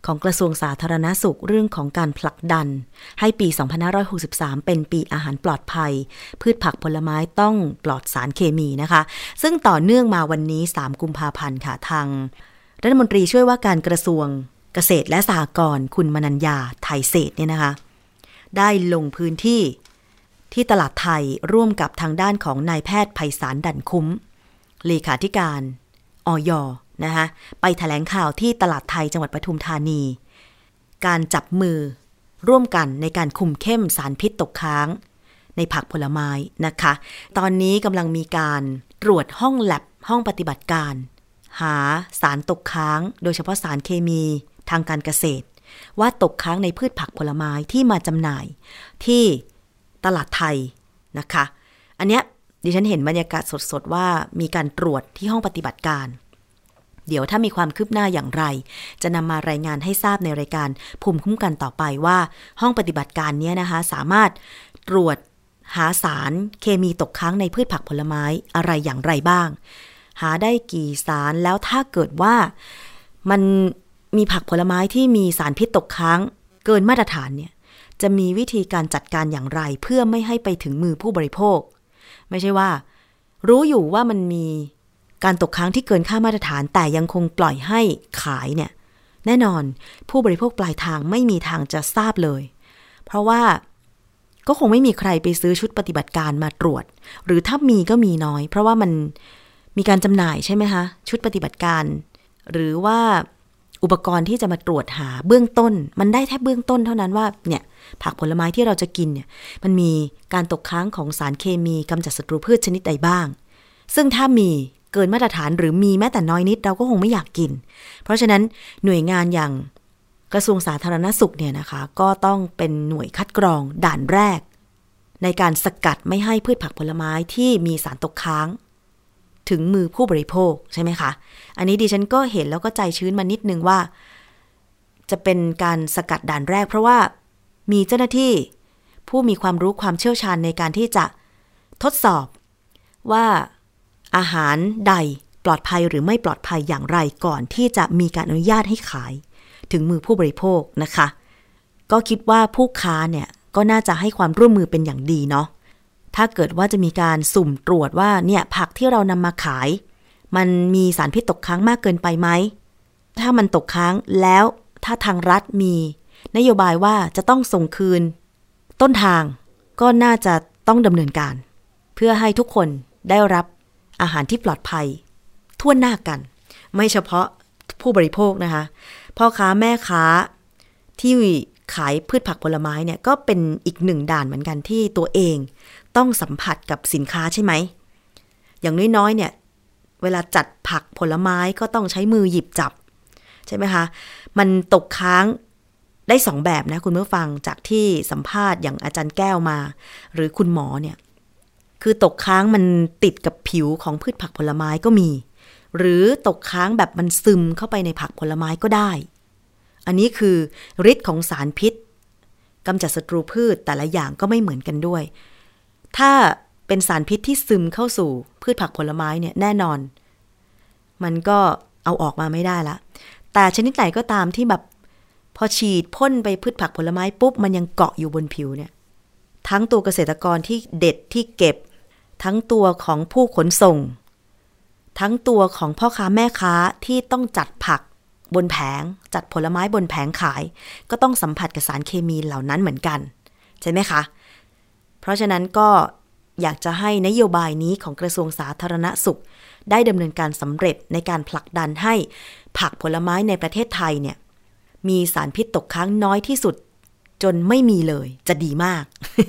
ของกระทรวงสาธารณสุขเรื่องของการผลักดันให้ปีสองพันห้าร้อยหกสิบสามเป็นปีอาหารปลอดภัยพืชผักผลไม้ต้องปลอดสารเคมีนะคะซึ่งต่อเนื่องมาวันนี้สามกุมภาพันธ์ค่ะทางรัฐมนตรีช่วยว่าการกระทรวงเกษตรและสหกรณ์คุณมนัญญาไทยเศรษฐ์เนี่ยนะคะได้ลงพื้นที่ที่ตลาดไทยร่วมกับทางด้านของนายแพทย์ไพศาลดั่นคุ้มเลขาธิการอย.นะคะไปแถลงข่าวที่ตลาดไทยจังหวัดปทุมธานีการจับมือร่วมกันในการคุมเข้มสารพิษตกค้างในผักผลไม้นะคะตอนนี้กำลังมีการตรวจห้องแลบห้องปฏิบัติการหาสารตกค้างโดยเฉพาะสารเคมีทางการเกษตรว่าตกค้างในพืชผักผลไม้ที่มาจำหน่ายที่ตลาดไทยนะคะอันเนี้ยดิฉันเห็นบรรยากาศสดๆว่ามีการตรวจที่ห้องปฏิบัติการเดี๋ยวถ้ามีความคืบหน้าอย่างไรจะนำมารายงานให้ทราบในรายการภูมิคุ้มกันต่อไปว่าห้องปฏิบัติการนี้นะคะสามารถตรวจหาสารเคมีตกค้างในพืชผักผลไม้อะไรอย่างไรบ้างหาได้กี่สารแล้วถ้าเกิดว่ามันมีผักผลไม้ที่มีสารพิษตกค้างเกินมาตรฐานเนี่ยจะมีวิธีการจัดการอย่างไรเพื่อไม่ให้ไปถึงมือผู้บริโภคไม่ใช่ว่ารู้อยู่ว่ามันมีการตกค้างที่เกินค่ามาตรฐานแต่ยังคงปล่อยให้ขายเนี่ยแน่นอนผู้บริโภคปลายทางไม่มีทางจะทราบเลยเพราะว่าก็คงไม่มีใครไปซื้อชุดปฏิบัติการมาตรวจหรือถ้ามีก็มีน้อยเพราะว่ามันมีการจำหน่ายใช่ไหมคะชุดปฏิบัติการหรือว่าอุปกรณ์ที่จะมาตรวจหาเบื้องต้นมันได้แค่เบื้องต้นเท่านั้นว่าเนี่ยผักผลไม้ที่เราจะกินเนี่ยมันมีการตกค้างของสารเคมีกำจัดศัตรูพืชชนิดใดบ้างซึ่งถ้ามีเกินมาตรฐานหรือมีแม้แต่น้อยนิดเราก็คงไม่อยากกินเพราะฉะนั้นหน่วยงานอย่างกระทรวงสาธารณสุขเนี่ยนะคะก็ต้องเป็นหน่วยคัดกรองด่านแรกในการสกัดไม่ให้พืชผักผลไม้ที่มีสารตกค้างถึงมือผู้บริโภคใช่ไหมคะอันนี้ดิฉันก็เห็นแล้วก็ใจชื้นมานิดนึงว่าจะเป็นการสกัดด่านแรกเพราะว่ามีเจ้าหน้าที่ผู้มีความรู้ความเชี่ยวชาญในการที่จะทดสอบว่าอาหารใดปลอดภัยหรือไม่ปลอดภัยอย่างไรก่อนที่จะมีการอนุญาตให้ขายถึงมือผู้บริโภคนะคะก็คิดว่าผู้ค้าเนี่ยก็น่าจะให้ความร่วมมือเป็นอย่างดีเนาะถ้าเกิดว่าจะมีการสุ่มตรวจว่าเนี่ยผักที่เรานำมาขายมันมีสารพิษตกค้างมากเกินไปไหมถ้ามันตกค้างแล้วถ้าทางรัฐมีนโยบายว่าจะต้องส่งคืนต้นทางก็น่าจะต้องดำเนินการเพื่อให้ทุกคนได้รับอาหารที่ปลอดภัยทั่วหน้ากันไม่เฉพาะผู้บริโภคนะคะพ่อค้าแม่ค้าที่ขายพืชผักผลไม้เนี่ยก็เป็นอีกหนึ่งด่านเหมือนกันที่ตัวเองต้องสัมผัสกับสินค้าใช่ไหมอย่างน้อยๆเนี่ยเวลาจัดผักผลไม้ก็ต้องใช้มือหยิบจับใช่ไหมคะมันตกค้างได้สองแบบนะคุณผู้ฟังจากที่สัมภาษณ์อย่างอาจารย์แก้วมาหรือคุณหมอเนี่ยคือตกค้างมันติดกับผิวของพืชผักผลไม้ก็มีหรือตกค้างแบบมันซึมเข้าไปในผักผลไม้ก็ได้อันนี้คือฤทธิ์ของสารพิษกำจัดศัตรูพืชแต่ละอย่างก็ไม่เหมือนกันด้วยถ้าเป็นสารพิษที่ซึมเข้าสู่พืชผักผลไม้เนี่ยแน่นอนมันก็เอาออกมาไม่ได้ละแต่ชนิดไหนก็ตามที่แบบพอฉีดพ่นไปพืชผักผลไม้ปุ๊บมันยังเกาะอยู่บนผิวเนี่ยทั้งตัวเกษตรกรที่เด็ดที่เก็บทั้งตัวของผู้ขนส่งทั้งตัวของพ่อค้าแม่ค้าที่ต้องจัดผักบนแผงจัดผลไม้บนแผงขายก็ต้องสัมผัสกับสารเคมีเหล่านั้นเหมือนกันใช่ไหมคะเพราะฉะนั้นก็อยากจะให้นโยบายนี้ของกระทรวงสาธารณสุขได้ดำเนินการสำเร็จในการผลักดันให้ผักผลไม้ในประเทศไทยเนี่ยมีสารพิษตกค้างน้อยที่สุดจนไม่มีเลยจะดีมาก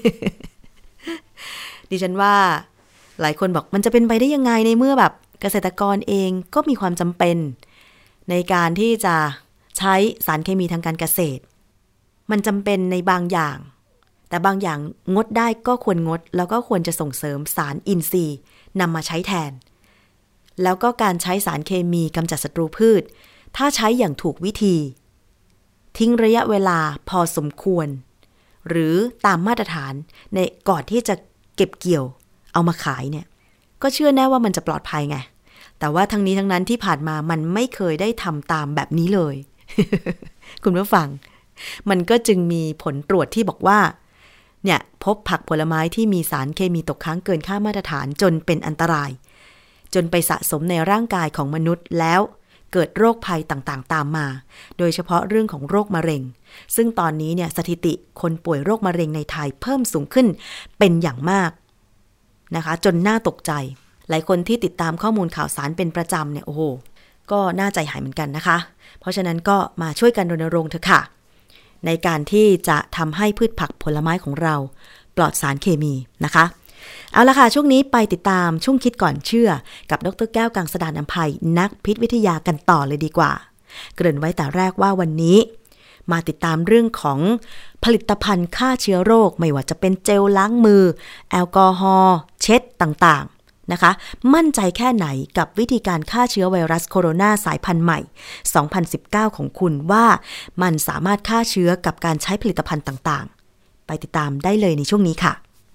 ดิฉันว่าหลายคนบอกมันจะเป็นไปได้ยังไงในเมื่อแบบเกษตรกรเองก็มีความจำเป็นในการที่จะใช้สารเคมีทางการเกษตรมันจำเป็นในบางอย่างแต่บางอย่างงดได้ก็ควรงดแล้วก็ควรจะส่งเสริมสารอินทรีย์นำมาใช้แทนแล้วก็การใช้สารเคมีกำจัดศัตรูพืชถ้าใช้อย่างถูกวิธีทิ้งระยะเวลาพอสมควรหรือตามมาตรฐานในก่อนที่จะเก็บเกี่ยวเอามาขายเนี่ยก็เชื่อแน่ว่ามันจะปลอดภัยไงแต่ว่าทั้งนี้ทั้งนั้นที่ผ่านมามันไม่เคยได้ทำตามแบบนี้เลยคุณผู้ฟังมันก็จึงมีผลตรวจที่บอกว่าเนี่ยพบผักผลไม้ที่มีสารเคมีตกค้างเกินค่ามาตรฐานจนเป็นอันตรายจนไปสะสมในร่างกายของมนุษย์แล้วเกิดโรคภัยต่างๆตามมาโดยเฉพาะเรื่องของโรคมะเร็งซึ่งตอนนี้เนี่ยสถิติคนป่วยโรคมะเร็งในไทยเพิ่มสูงขึ้นเป็นอย่างมากนะคะจนน่าตกใจหลายคนที่ติดตามข้อมูลข่าวสารเป็นประจำเนี่ยโอ้โหก็น่าใจหายเหมือนกันนะคะเพราะฉะนั้นก็มาช่วยกันรณรงค์เถอะค่ะในการที่จะทำให้พืชผักผลไม้ของเราปลอดสารเคมีนะคะเอาละค่ะช่วงนี้ไปติดตามช่วงคิดก่อนเชื่อกับดร.แก้วกังสดาลอำไพนักพิษวิทยากันต่อเลยดีกว่าเกริ่นไว้แต่แรกว่าวันนี้มาติดตามเรื่องของผลิตภัณฑ์ฆ่าเชื้อโรคไม่ว่าจะเป็นเจลล้างมือแอลกอฮอล์เช็ดต่างๆนะคะมั่นใจแค่ไหนกับวิธีการฆ่าเชื้อไวรัสโคโรนาสายพันธุ์ใหม่สองพันสิบเก้าของคุณว่ามันสามารถฆ่าเชื้อกับการใช้ผลิตภัณฑ์ต่างๆไปติดตามได้เลยในช่วงนี้ค่ะ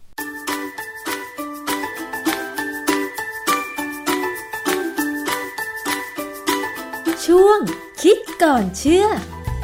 ช่วงคิดก่อนเชื่อ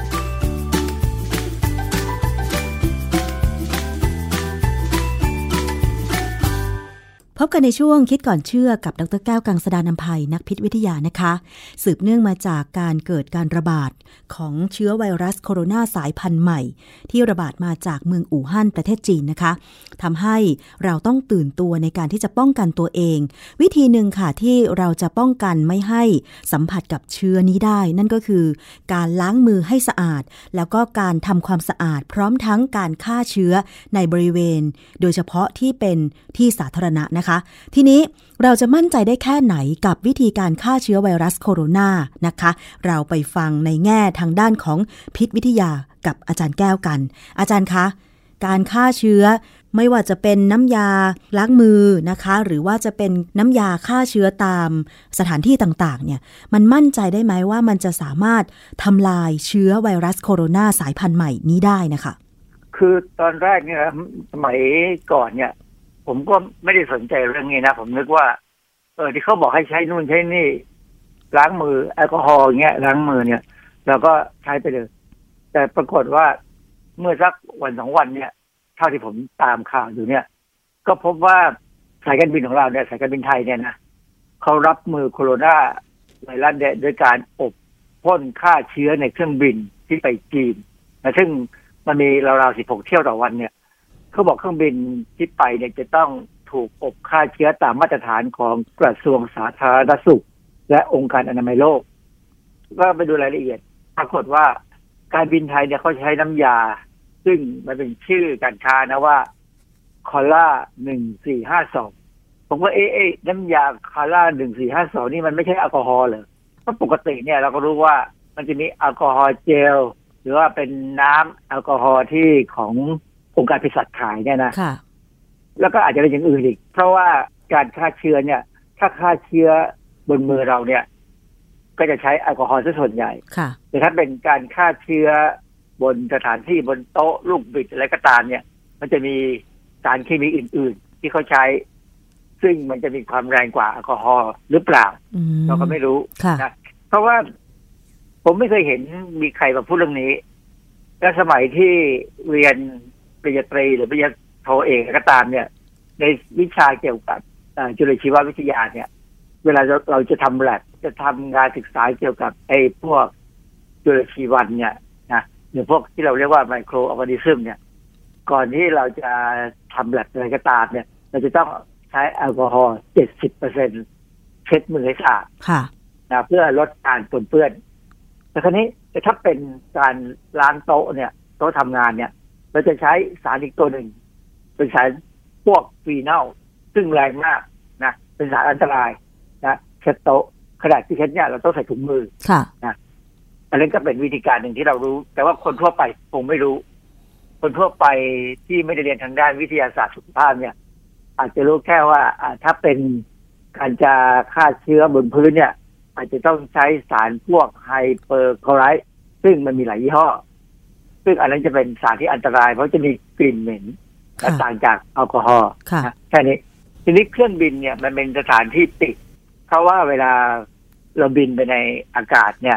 พบกันในช่วงคิดก่อนเชื่อกับดร.แก้วกังสดาลอำไพนักพิษวิทยานะคะสืบเนื่องมาจากการเกิดการระบาดของเชื้อไวรัสโคโรนาสายพันธุ์ใหม่ที่ระบาดมาจากเมืองอู่ฮั่นประเทศจีนนะคะทำให้เราต้องตื่นตัวในการที่จะป้องกันตัวเองวิธีหนึ่งค่ะที่เราจะป้องกันไม่ให้สัมผัสกับเชื้อนี้ได้นั่นก็คือการล้างมือให้สะอาดแล้วก็การทำความสะอาดพร้อมทั้งการฆ่าเชื้อในบริเวณโดยเฉพาะที่เป็นที่สาธารณะนะคะทีนี้เราจะมั่นใจได้แค่ไหนกับวิธีการฆ่าเชื้อไวรัสโคโรนานะคะเราไปฟังในแง่ทางด้านของพิษวิทยากับอาจารย์แก้วกันอาจารย์คะการฆ่าเชื้อไม่ว่าจะเป็นน้ำยาล้างมือนะคะหรือว่าจะเป็นน้ำยาฆ่าเชื้อตามสถานที่ต่างๆเนี่ยมันมั่นใจได้ไหมว่ามันจะสามารถทำลายเชื้อไวรัสโคโรนาสายพันธุ์ใหม่นี้ได้นะคะคือตอนแรกเนี่ยสมัยก่อนเนี่ยผมก็ไม่ได้สนใจเรื่องนี้นะผมนึกว่าเออที่เขาบอกให้ใช้นู่นใช้นี่ล้างมือแอลกอฮอล์อย่างเงี้ยล้างมือเนี่ยเราก็ใช้ไปเลยแต่ปรากฏว่าเมื่อสักวันสองวันเนี่ยเท่าที่ผมตามข่าวอยู่เนี่ยก็พบว่าสายการบินของเราเนี่ยสายการบินไทยเนี่ยนะเขารับมือโคโรนาไวรัสเนี่ยโดยการอบพ่นฆ่าเชื้อในเครื่องบินที่ไปจีนนะซึ่งมันมีราวๆสิบหกเที่ยวต่อวันเนี่ยเขาบอกเครื่องบินที่ไปเนี่ยจะต้องถูกอบฆ่าเชื้อตามมาตรฐานของกระทรวงสาธารณสุขและองค์การอนามัยโลกก็ไปดูรายละเอียดปรากฏว่าการบินไทยเนี่ยเขาใช้น้ำยาซึ่งมันเป็นชื่อการค้านะว่าคอล่าหนึ่งสี่ห้าสองผมว่าเอ๊ะน้ำยาคอล่าหนึ่งสี่ห้าสองนี่มันไม่ใช่แอลกอฮอล์เหรอเพราะปกติเนี่ยเราก็รู้ว่ามันจะมีแอลกอฮอล์เจลหรือว่าเป็นน้ำแอลกอฮอล์ที่ขององค์การเภสัชขายเนี่ยนะแล้วก็อาจจะเป็นอย่างอื่นอีกเพราะว่าการฆ่าเชื้อเนี่ยถ้าฆ่าเชื้อบนมือเราเนี่ยก็จะใช้แอลกอฮอล์ซะส่วนใหญ่แต่ถ้าเป็นการฆ่าเชื้อบนสถานที่บนโต๊ะลูกบิดอะไรก็ตามเนี่ยมันจะมีสารเคมีอื่นๆที่เขาใช้ซึ่งมันจะมีความแรงกว่าแอลกอฮอล์หรือเปล่าเราก็ไม่รู้นะเพราะว่าผมไม่เคยเห็นมีใครมาพูดเรื่องนี้และสมัยที่เรียนปริญญาตรีหรือปริญญาโทเองก็ตามเนี่ยในวิชาเกี่ยวกับจุลชีววิทยาเนี่ยเวลาเราเราจะทำแลบจะทำงานศึกษาเกี่ยวกับไอ้พวกจุลชีวันเนี่ยนะหรือพวกที่เราเรียกว่าไมโครออร์แกนิซึมเนี่ยก่อนที่เราจะทำแลบอะไรก็ตามเนี่ยเราจะต้องใช้แอลกอฮอล์ เจ็ดสิบเปอร์เซ็นต์ เช็ดมือให้สะอาดนะเพื่อลดการปนเปื้อนแต่คราวนี้ถ้าเป็นการล้างโต๊ะเนี่ยโต๊ะทำงานเนี่ยเราจะใช้สารอีกตัวหนึ่งเป็นสารพวกฟีนอลซึ่งแรงมากนะเป็นสารอันตรายนะเช็ดโต๊ะขนาดที่เช็ดเนี่ยเราต้องใส่ถุงมือนะอันนี้ก็เป็นวิธีการหนึ่งที่เรารู้แต่ว่าคนทั่วไปคงไม่รู้คนทั่วไปที่ไม่ได้เรียนทางด้านวิทยาศาสตร์สุขภาพเนี่ยอาจจะรู้แค่ว่าถ้าเป็นการจะฆ่าเชื้อบนพื้นเนี่ยอาจจะต้องใช้สารพวกไฮเปอร์คลอไรด์ซึ่งมันมีหลายยี่ห้อซึ่งอันนั้นจะเป็นสารที่อันตรายเพราะจะมีกลิ่นเหม็นและต่างจากแอลกอฮอล์แค่นี้ทีนี้เครื่องบินเนี่ยมันเป็นสถานที่ปิดเพราะว่าเวลาเราบินไปในอากาศเนี่ย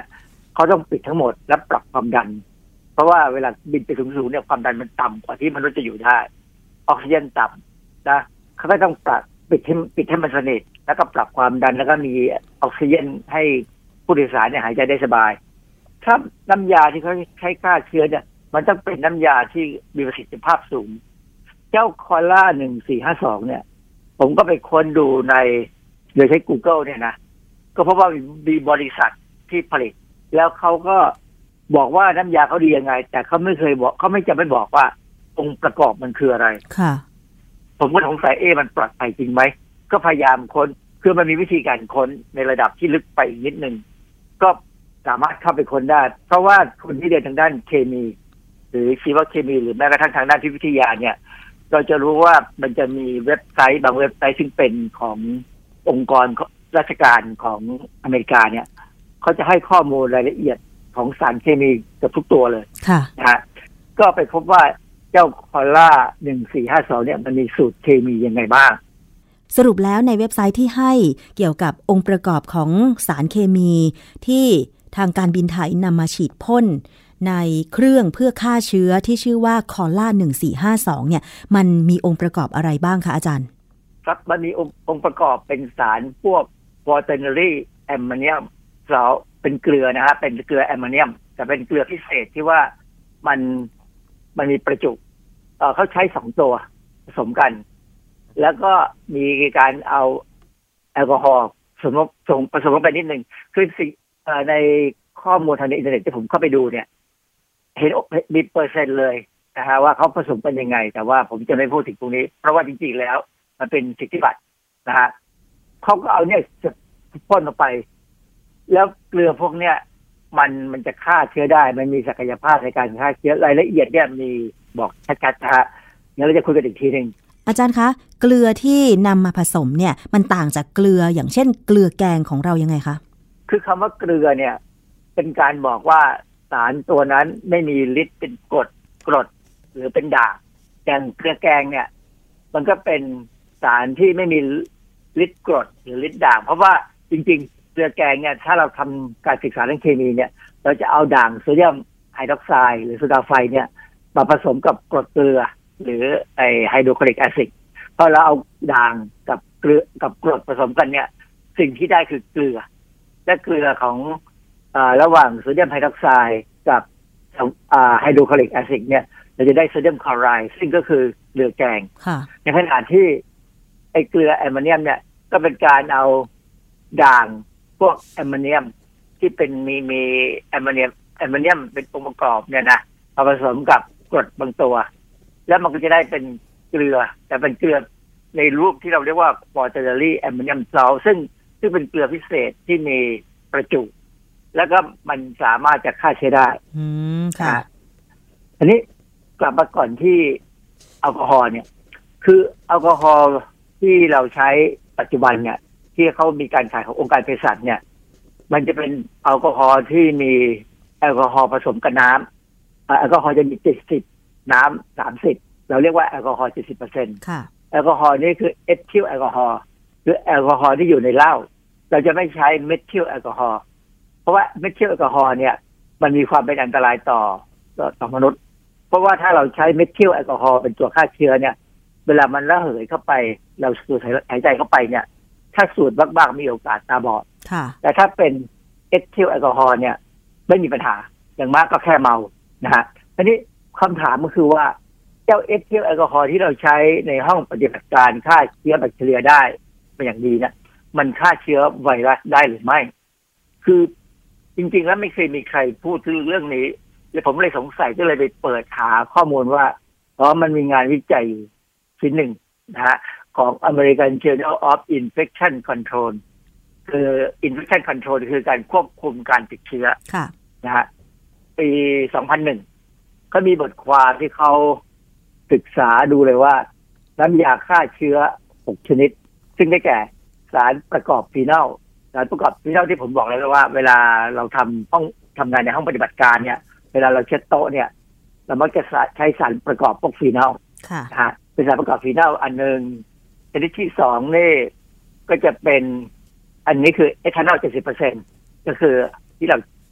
เขาต้องปิดทั้งหมดและปรับความดันเพราะว่าเวลาบินไปสูงๆเนี่ยความดันมันต่ำกว่าที่มนุษย์จะอยู่ได้ออกซิเจนต่ำนะเขาก็ต้องปรับปิดให้ปิดให้มันสนิทแล้วก็ปรับความดันแล้วก็มีออกซิเจนให้ผู้โดยสารเนี่ยหายใจได้สบายถ้าน้ำยาที่เขาใช้ฆ่าเชื้อเนี่ยมันต้องเป็นน้ำยาที่มีประสิทธิภาพสูงเจ้าคอล่าหนึ่งสี่ห้าสองเนี่ยผมก็ไปค้นดูในโดยใช้ Google เนี่ยนะก็เพราะว่ามีบริษัทที่ผลิตแล้วเขาก็บอกว่าน้ำยาเขาดียังไงแต่เขาไม่เคยบอกเขาไม่จะไม่บอกว่าองค์ประกอบมันคืออะไรค่ะผมก็สงสัยเอ๊ะมันปลอดภัยจริงไหมก็พยายามค้นคือมันมีวิธีการค้นในระดับที่ลึกไปอีกนิดนึงก็สามารถเข้าไปค้นได้เพราะว่าคนที่เรียนทางด้านเคมีหรือชีวเคมีหรือแม้กระทั่งทางด้านวิทยาเนี่ยเราจะรู้ว่ามันจะมีเว็บไซต์บางเว็บไซต์ซึ่งเป็นขององค์กรราชการของอเมริกาเนี่ยเขาจะให้ข้อมูลรายละเอียดของสารเคมีกับทุกตัวเลยนะฮะก็ไปพบว่าเจ้าคอล่าหนึ่งสี่ห้าสองเนี่ยมันมีสูตรเคมียังไงบ้างสรุปแล้วในเว็บไซต์ที่ให้เกี่ยวกับองค์ประกอบของสารเคมีที่ทางการบินไทยนำมาฉีดพ่นในเครื่องเพื่อฆ่าเชื้อที่ชื่อว่าคอล่าหนึ่งสี่ห้าสองเนี่ยมันมีองค์ประกอบอะไรบ้างคะอาจารย์ครับมันมีองค์ประกอบเป็นสารพวก quaternary ammonium เราเป็นเกลือนะฮะเป็นเกลือแอมโมเนียมแต่เป็นเกลือพิเศษที่ว่ามันมันมีประจุเอ่อเขาใช้สองตัวผสมกันแล้วก็มีการเอาแอลกอฮอล์ผสมผสมลงไปนิดนึงคือสิ่งในข้อมูลทางอินเทอร์เน็ตที่ผมเข้าไปดูเนี่ยเห็นมีเปอร์เซ็นต์เลยนะฮะว่าเขาผสมเป็นยังไงแต่ว่าผมจะไม่พูดถึงตรงนี้เพราะว่าจริงๆแล้วมันเป็นสิทธิบัตรนะฮะเขาก็เอาเนี่ยจะพ่นออกไปแล้วเกลือพวกเนี้ยมันมันจะฆ่าเชื้อได้มันมีศักยภาพในการฆ่าเชื้อรายละเอียดเนี่ยมีบอกชัดๆนะฮะเดี๋ยวเราจะคุยกันอีกทีนึงอาจารย์คะเกลือที่นำมาผสมเนี่ยมันต่างจากเกลืออย่างเช่นเกลือแกงของเรายังไงคะคือคำว่าเกลือเนี่ยเป็นการบอกว่าสารตัวนั้นไม่มีฤทธิ์เป็นกรดกรดหรือเป็นด่างอย่างเกลือแกงเนี่ยมันก็เป็นสารที่ไม่มีฤทธิ์กรดหรือฤทธิ์ด่างเพราะว่าจริงๆเกลือแกงเนี่ยถ้าเราทำการศึกษาเรื่องเคมีเนี่ยเราจะเอาด่างโซเดียมไฮดรอกไซด์หรือโซดาไฟเนี่ยมาผสมกับกรดเกลือหรือไอไฮโดรคลอริกแอซิดพอเราเอาด่างกับเกลือกับกรดผสมกันเนี่ยสิ่งที่ได้คือเกลือและเกลือของอ่าระหว่างโซเดียมไฮดรอกไซด์กับอ่าไฮโดรคลอริกแอซิดเนี่ยเราจะได้โซเดียมคลอไรด์ซึ่งก็คือเกลือแกงในขณะที่ไอเกลือแอมโมเนียมเนี่ยก็เป็นการเอาด่างพวกแอมโมเนียมที่เป็นมีมีแอมโมเนียมแอมโมเนียมเป็นองค์ประกอบเนี่ยนะมาผสมกับกรดบางตัวแล้วมันก็จะได้เป็นเกลือแต่เป็นเกลือในรูปที่เราเรียกว่า quaternary ammonium salt ซึ่งซึ่งเป็นเกลือพิเศษที่มีประจุแล้วก็มันสามารถจะฆ่าเชื้อได้อืมค่ะอันนี้กลับมาก่อนที่แอลกอฮอล์เนี่ยคือแอลกอฮอล์ที่เราใช้ปัจจุบันเนี่ยที่เขามีการขายขององค์การเภสัชเนี่ยมันจะเป็นแอลกอฮอล์ที่มีแอลกอฮอล์ผสมกับน้ำแอลกอฮอล์จะมีเจ็ดสิบน้ำสามสิบเราเรียกว่าแอลกอฮอล์เจ็ดสิบเปอร์เซ็นต์ค่ะแอลกอฮอล์นี่คือเอทิลแอลกอฮอล์คือแอลกอฮอล์ที่อยู่ในเหล้าเราจะไม่ใช้เมทิลแอลกอฮอล์เพราะว่าเมทิลแอลกอฮอล์เนี่ยมันมีความเป็นอันตรายต่อต่อต่อมนุษย์เพราะว่าถ้าเราใช้เมทิลแอลกอฮอล์เป็นตัวฆ่าเชื้อเนี่ยเวลามันระเหยเข้าไปเราสูดหายใจเข้าไปเนี่ยถ้าสูดมากๆมีโอกาสตาบอดแต่ถ้าเป็นเอทิลแอลกอฮอล์เนี่ยไม่มีปัญหาอย่างมากก็แค่เมานะฮะทีนี้คำถามก็คือว่าเจ้าเอทิลแอลกอฮอล์ที่เราใช้ในห้องปฏิบัติการฆ่าเชื้อแบคทีเรียได้เป็นอย่างดีเนี่ยมันฆ่าเชื้อไวรัสได้หรือไม่คือจริงๆแล้วไม่เคยมีใครพูดถึงเรื่องนี้เลยผมเลยสงสัยก็เลยไปเปิดหาข้อมูลว่าอ๋อมันมีงานวิจัยชิ้นหนึ่งนะฮะของ American Journal of Infection Control คือ Infection Control คือการควบคุมการติดเชื้อนะฮะปีสองพันหนึ่งก็มีบทความที่เขาศึกษาดูเลยว่าน้ำยาฆ่าเชื้อหกชนิดซึ่งได้แก่สารประกอบฟีนอลสารประกอบฟีนอลที่ผมบอกแล้วว่าเวลาเราทำห้องทำงานในห้องปฏิบัติการเนี่ยเวลาเราเช็ดโต๊ะเนี่ยเรามักจะใช้สารประกอบพวกฟีนอลค่ะเป็นสารประกอบฟีนอลอันนึงชนิดที่สองนี่ก็จะเป็นอันนี้คือเอทานอล เจ็ดสิบเปอร์เซ็นต์ ก็คือที่เรา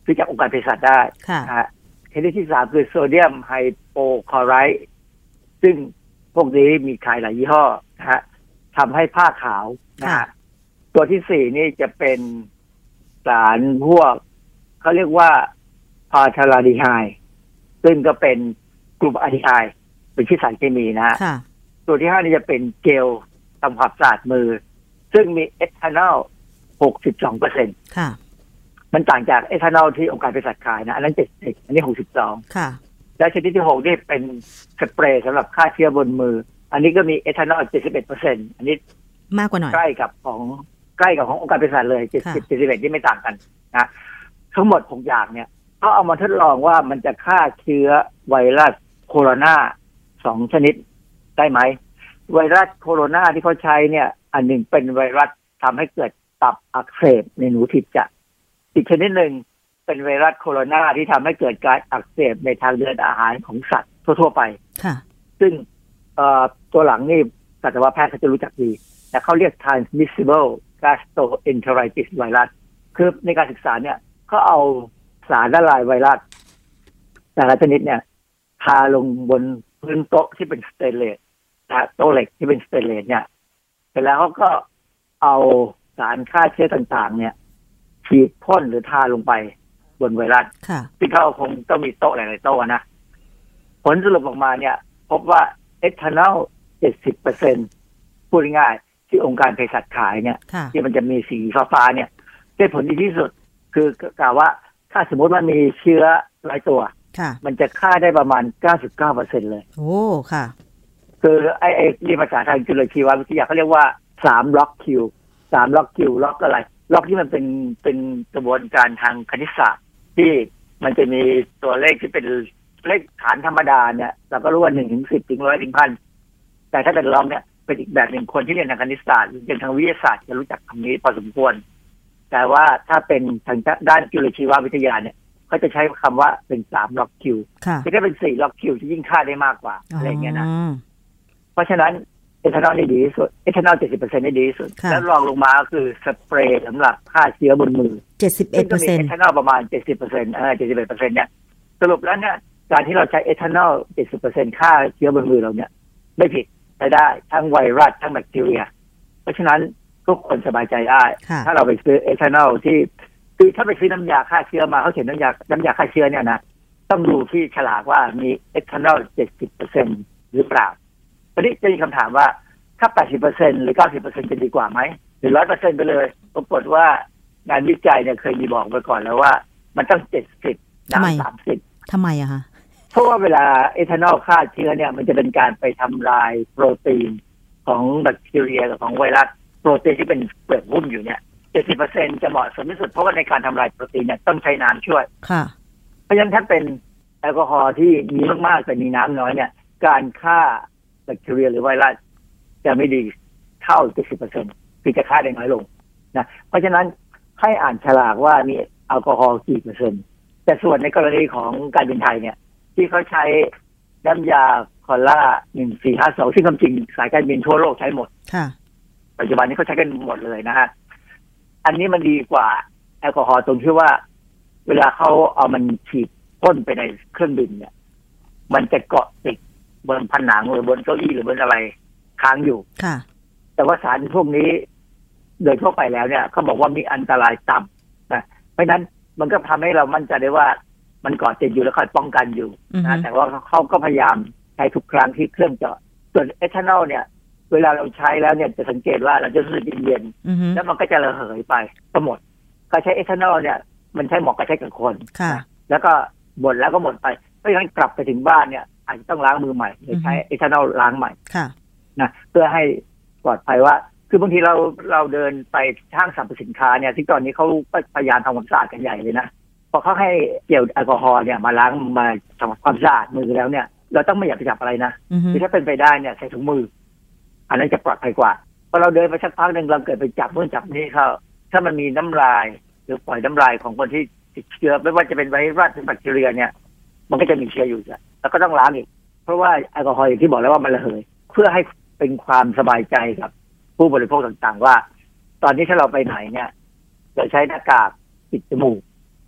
ซื้อจากองค์การเภสัชได้นะฮะชนิดที่สามคือโซเดียมไฮโปคลอไรด์ซึ่งพวกนี้มีขายหลายยี่ห้อนะฮะทำให้ผ้าขาวนะฮะตัวที่สี่นี่จะเป็นสารพวกเขาเรียกว่าพาทาลาดีไฮด์ซึ่งก็เป็นกลุ่มอะดีไฮด์เป็นชื่อสารเคมีนะฮะตัวที่ห้านี่จะเป็นเจลทำความสะอาดมือซึ่งมีเอทานอล หกสิบสองเปอร์เซ็นต์ ค่ะมันต่างจากเอทานอลที่องค์การเภสัชขายนะอันนั้นเจ็ดสิบอันนี้หกสิบสองค่ะและชนิดที่หกนี่เป็นสเปรย์สำหรับฆ่าเชื้อบนมืออันนี้ก็มีเอทานอล เจ็ดสิบเอ็ดเปอร์เซ็นต์ อันนี้มากกว่าหน่อยใกล้กับของใกล้กับขององค์การเภสัชเลยเจ็ดสิบ เจ็ดสิบเอ็ดที่ไม่ต่างกันนะทั้งหมดหกอย่างเนี่ยเขาเอามาทดลองว่ามันจะฆ่าเชื้อไวรัสโคโรนาสองชนิดได้ไหมไวรัสโคโรนาที่เขาใช้เนี่ยอันหนึ่งเป็นไวรัสทำให้เกิดตับอักเสบในหนูถิบจะอีกชนิดหนึ่งเป็นไวรัสโคโรนาที่ทำให้เกิดการอักเสบในทางเดินอาหารของสัตว์ทั่วๆไปค่ะซึ่งตัวหลังนี่สัตวแพทย์เขาจะรู้จักดีแต่เขาเรียก transmissible gastroenteritis virus คือในการศึกษาเนี่ยเขาเอาสารละลายไวรัสแต่ละชนิดเนี่ยทาลงบนพื้นโต๊ะที่เป็นสเตนเลสโต๊ะเหล็กที่เป็นสเตนเลสเนี่ยเสร็จแล้วเขาก็เอาสารฆ่าเชื้อต่างๆเนี่ยฉีดพ่นหรือทาลงไปบนไวรัสที่เขาคงต้องมีโต๊ะหลายๆโต๊ะนะผลสรุปออกมาเนี่ยพบว่าเอทานอล เจ็ดสิบเปอร์เซ็นต์ พูดง่ายๆที่องค์การเภสัชขายเนี่ยที่มันจะมีสีฟ้าๆเนี่ยได้ผลดีที่สุดคือกล่าวว่าถ้าสมมติว่ามีเชื้อหลายตัวมันจะฆ่าได้ประมาณ เก้าสิบเก้าเปอร์เซ็นต์ เลยโอ้ค่ะคือไอ้ไอ้ที่ภาษาทางจุลชีววิทยาเขาเรียกว่าสามล็อกคิวสามล็อกคิวล็อกอะไรล็อกที่มันเป็นเป็นกระบวนการทางคณิตศาสตร์ที่มันจะมีตัวเลขที่เป็นเลขฐานธรรมดาเนี่ยเราก็รู้ว่าหนึ่งถึงสิบถึงร้อยถึงพันแต่ถ้าเป็นล็อกเนี่ยเป็นอีกแบบหนึ่งคนที่เรียนทางคณิตศาสตร์หรือเรียนทางวิทยาศาสตร์จะรู้จักคำนี้พอสมควรแต่ว่าถ้าเป็นทางด้านจุลชีววิทยาเนี่ยเขาจะใช้คำว่าเป็นสามล็อกคิวคือถ้าเป็นสี่ล็อกคิวจะยิ่งฆ่าได้มากกว่าอะไรเงี้ยนะเพราะฉะนั้นเอทานอลนี่ดีที่สุดเอทานอล เจ็ดสิบเปอร์เซ็นต์ นี่ดีที่สุดแล้วรองลงมาก็คือสเปรย์สำหรับฆ่าเชื้อบนมือเจ็ดสิบเอ็ดเปอร์เซ็นต์เอทานอลประมาณ เจ็ดสิบเปอร์เซ็นต์ เออ เจ็ดสิบเอ็ดเปอร์เซ็นต์ เนี่ยสรุปแล้วเนี่ยการที่เราใช้เอทานอล เจ็ดสิบเปอร์เซ็นต์ ฆ่าเชื้อบนมือเราเนี่ยไม่ผิดใช้ได้ทั้งไวรัสทั้งแบคทีเรียเพราะฉะนั้นทุกคนสบายใจได้ถ้าเราไปซื้อเอทานอลที่คือถ้าไปซื้อน้ำยาฆ่าเชื้อมาเขาเขียนน้ำยาน้ำยาฆ่าเชื้อเนี่ยนะต้องดูที่ฉลากว่ามีเอทานอล เจ็ดสิบเปอร์เซ็นต์ หรือเปล่าตอนนี้จะมีคำถามว่าถ้า แปดสิบเปอร์เซ็นต์ หรือ เก้าสิบเปอร์เซ็นต์ จะดีกว่าไหมหรือ หนึ่งร้อยเปอร์เซ็นต์ ไปเลยปรากฏว่างานวิจัยเนี่ยเคยมีบอกไปก่อนแล้วว่ามันต้องเจ็ดสิบน้ำสามสิบทำไมอะคะเพราะว่าเวลาเอทานอลฆ่าเชื้อเนี่ยมันจะเป็นการไปทำลายโปรตีนของแบคทีเรียกับของไวรัสโปรตีนที่เป็นเปลือกหุ้มอยู่เนี่ย เจ็ดสิบเปอร์เซ็นต์ จะเหมาะสมที่สุดเพราะว่าในการทำลายโปรตีนเนี่ยต้องใช้น้ำช่วยค่ะเพราะฉะนั้นถ้าเป็นแอลกอฮอล์ที่มีมากๆแต่มีน้ำน้อยเนี่ยการฆ่าแบคทีเรียหรือไวรัสจะไม่ดีเท่า เจ็ดสิบเปอร์เซ็นต์ คือจะฆ่าได้น้อยลงนะเพราะฉะนั้นให้อ่านฉลากว่ามีแอลกอฮอล์กี่เปอร์เซ็นต์แต่ส่วนในกรณีของการบินไทยเนี่ยที่เขาใช้น้ำยาคอลล่าหนึ่งสี่ห้าสองซึ่งความจริงสายการบินทั่วโลกใช้หมดค่ะปัจจุบันนี้เขาใช้กันหมดเลยนะฮะอันนี้มันดีกว่าแอลกอฮอล์ตรงที่ว่าเวลาเขาเอามันฉีดพ่นไปในเครื่องบินเนี่ยมันจะเกาะติดบนผนังหรือบนเก้าอี้หรือบนอะไรค้างอยู่ค่ะแต่ว่าสารพวกนี้โดยทั่วไปแล้วเนี่ยเขาบอกว่ามีอันตรายต่ำนะเพราะฉะนั้นมันก็ทำให้เรามั่นใจได้ว่ามันเกาะติดอยู่แล้วคอยป้องกันอยู่นะแต่ว่าเขาก็พยายามใช้ทุกครั้งที่เครื่องเจาะส่วนเอทานอลเนี่ยเวลาเราใช้แล้วเนี่ยจะสังเกตว่าเราจะรู้สึกเย็นๆแล้วมันก็จะระเหยไปก็หมดการใช้เอทานอลเนี่ยมันใช้เหมาะกับใช้กับคนแล้วก็หมดแล้วก็หมดไปเพราะฉะนั้นกลับไปถึงบ้านเนี่ยอาจจะต้องล้างมือใหม่หรือใช้เอทานอลล้างใหม่นะเพื่อให้ปลอดภัยว่าคือบางทีเราเราเดินไปห้างสรรพสินค้าเนี่ยที่ตอนนี้เขาพยายามทำความสะอาดกันใหญ่เลยนะพอเขาให้เจลแอลกอฮอล์เนี่ยมาล้างมาทำความสะอาดมือแล้วเนี่ยเราต้องไม่อยากไปจับอะไรนะคือถ้าเป็นไปได้เนี่ยใส่ถุงมืออันนั้นจะปลอดภัยกว่าพอเราเดินไปสักพักหนึ่งเราเกิดไปจับนู่นจับนี่เขาถ้ามันมีน้ำลายหรือปล่อยน้ำลายของคนที่ติดเชื้อไม่ว่าจะเป็นไวรัสหรือแบคทีเรียเนี่ยมันก็จะมีเชื้ออยู่จ้ะแล้วก็ต้องล้างอีกเพราะว่าแอลกอฮอล์อย่างที่บอกแล้วว่ามันระเหยเพื่อให้เป็นความสบายใจกับผู้บริโภคต่างๆว่าตอนนี้ถ้าเราไปไหนเนี่ยเราใช้หน้ากากปิดจมูก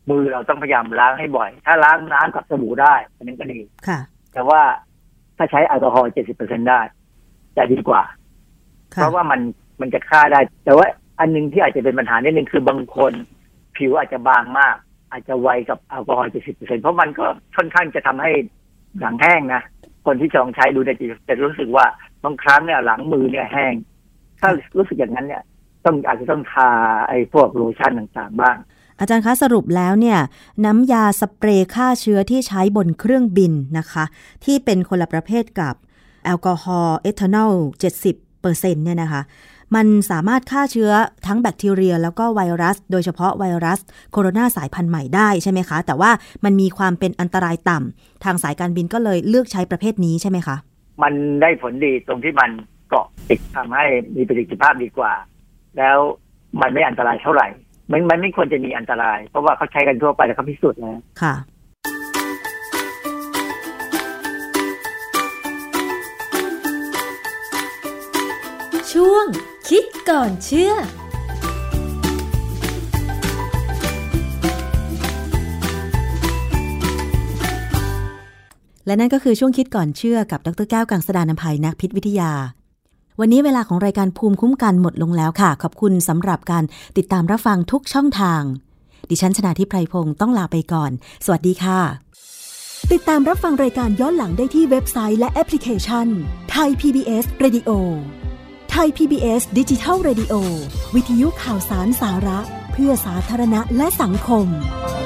มือเราต้องพยายามล้างให้บ่อยถ้าล้างน้ำกับสบู่ได้อันนั้นก็ดีค่ะแต่ว่าถ้าใช้แอลกอฮอล์ เจ็ดสิบเปอร์เซ็นต์ ได้จะดีกว่าเพราะว่ามันมันจะฆ่าได้แต่ว่าอันนึงที่อาจจะเป็นปัญหานิดนึงคือบางคนผิวอาจจะบางมากอาจจะไวกับแอลกอฮอล์ เจ็ดสิบเปอร์เซ็นต์ เพราะมันก็ค่อนข้างจะทำให้หลังแห้งนะคนที่ลองใช้ดูจะรู้สึกว่าบางครั้งเนี่ยหลังมือเนี่ยแห้งถ้ารู้สึกอย่างนั้นเนี่ยต้องอาจจะต้องทาไอ้พวกโลชั่นต่างๆบ้างอาจารย์คะสรุปแล้วเนี่ยน้ำยาสเปรย์ฆ่าเชื้อที่ใช้บนเครื่องบินนะคะที่เป็นคนละประเภทกับแอลกอฮอล์เอทานอล เจ็ดสิบเปอร์เซ็นต์ เนี่ยนะคะมันสามารถฆ่าเชื้อทั้งแบคทีเรียแล้วก็ไวรัสโดยเฉพาะไวรัสโคโรนาสายพันธุ์ใหม่ได้ใช่ไหมคะแต่ว่ามันมีความเป็นอันตรายต่ำทางสายการบินก็เลยเลือกใช้ประเภทนี้ใช่ไหมคะมันได้ผลดีตรงที่มันเกาะติดทำให้มีประสิทธิภาพดีกว่าแล้วมันไม่อันตรายเท่าไหร่มันมันไม่ควรจะมีอันตรายเพราะว่าเขาใช้กันทั่วไปแล้วเขาพิสูจน์แล้วค่ะช่วงคิดก่อนเชื่อและนั่นก็คือช่วงคิดก่อนเชื่อกับดรแก้วกังสดาลอำไพนักพิษวิทยาวันนี้เวลาของรายการภูมิคุ้มกันหมดลงแล้วค่ะขอบคุณสำหรับการติดตามรับฟังทุกช่องทางดิฉันชนาธิปไพรพงศ์ต้องลาไปก่อนสวัสดีค่ะติดตามรับฟังรายการย้อนหลังได้ที่เว็บไซต์และแอปพลิเคชัน Thai พี บี เอส Radio Thai พี บี เอส Digital Radio วิทยุข่าวสารสาระเพื่อสาธารณะและสังคม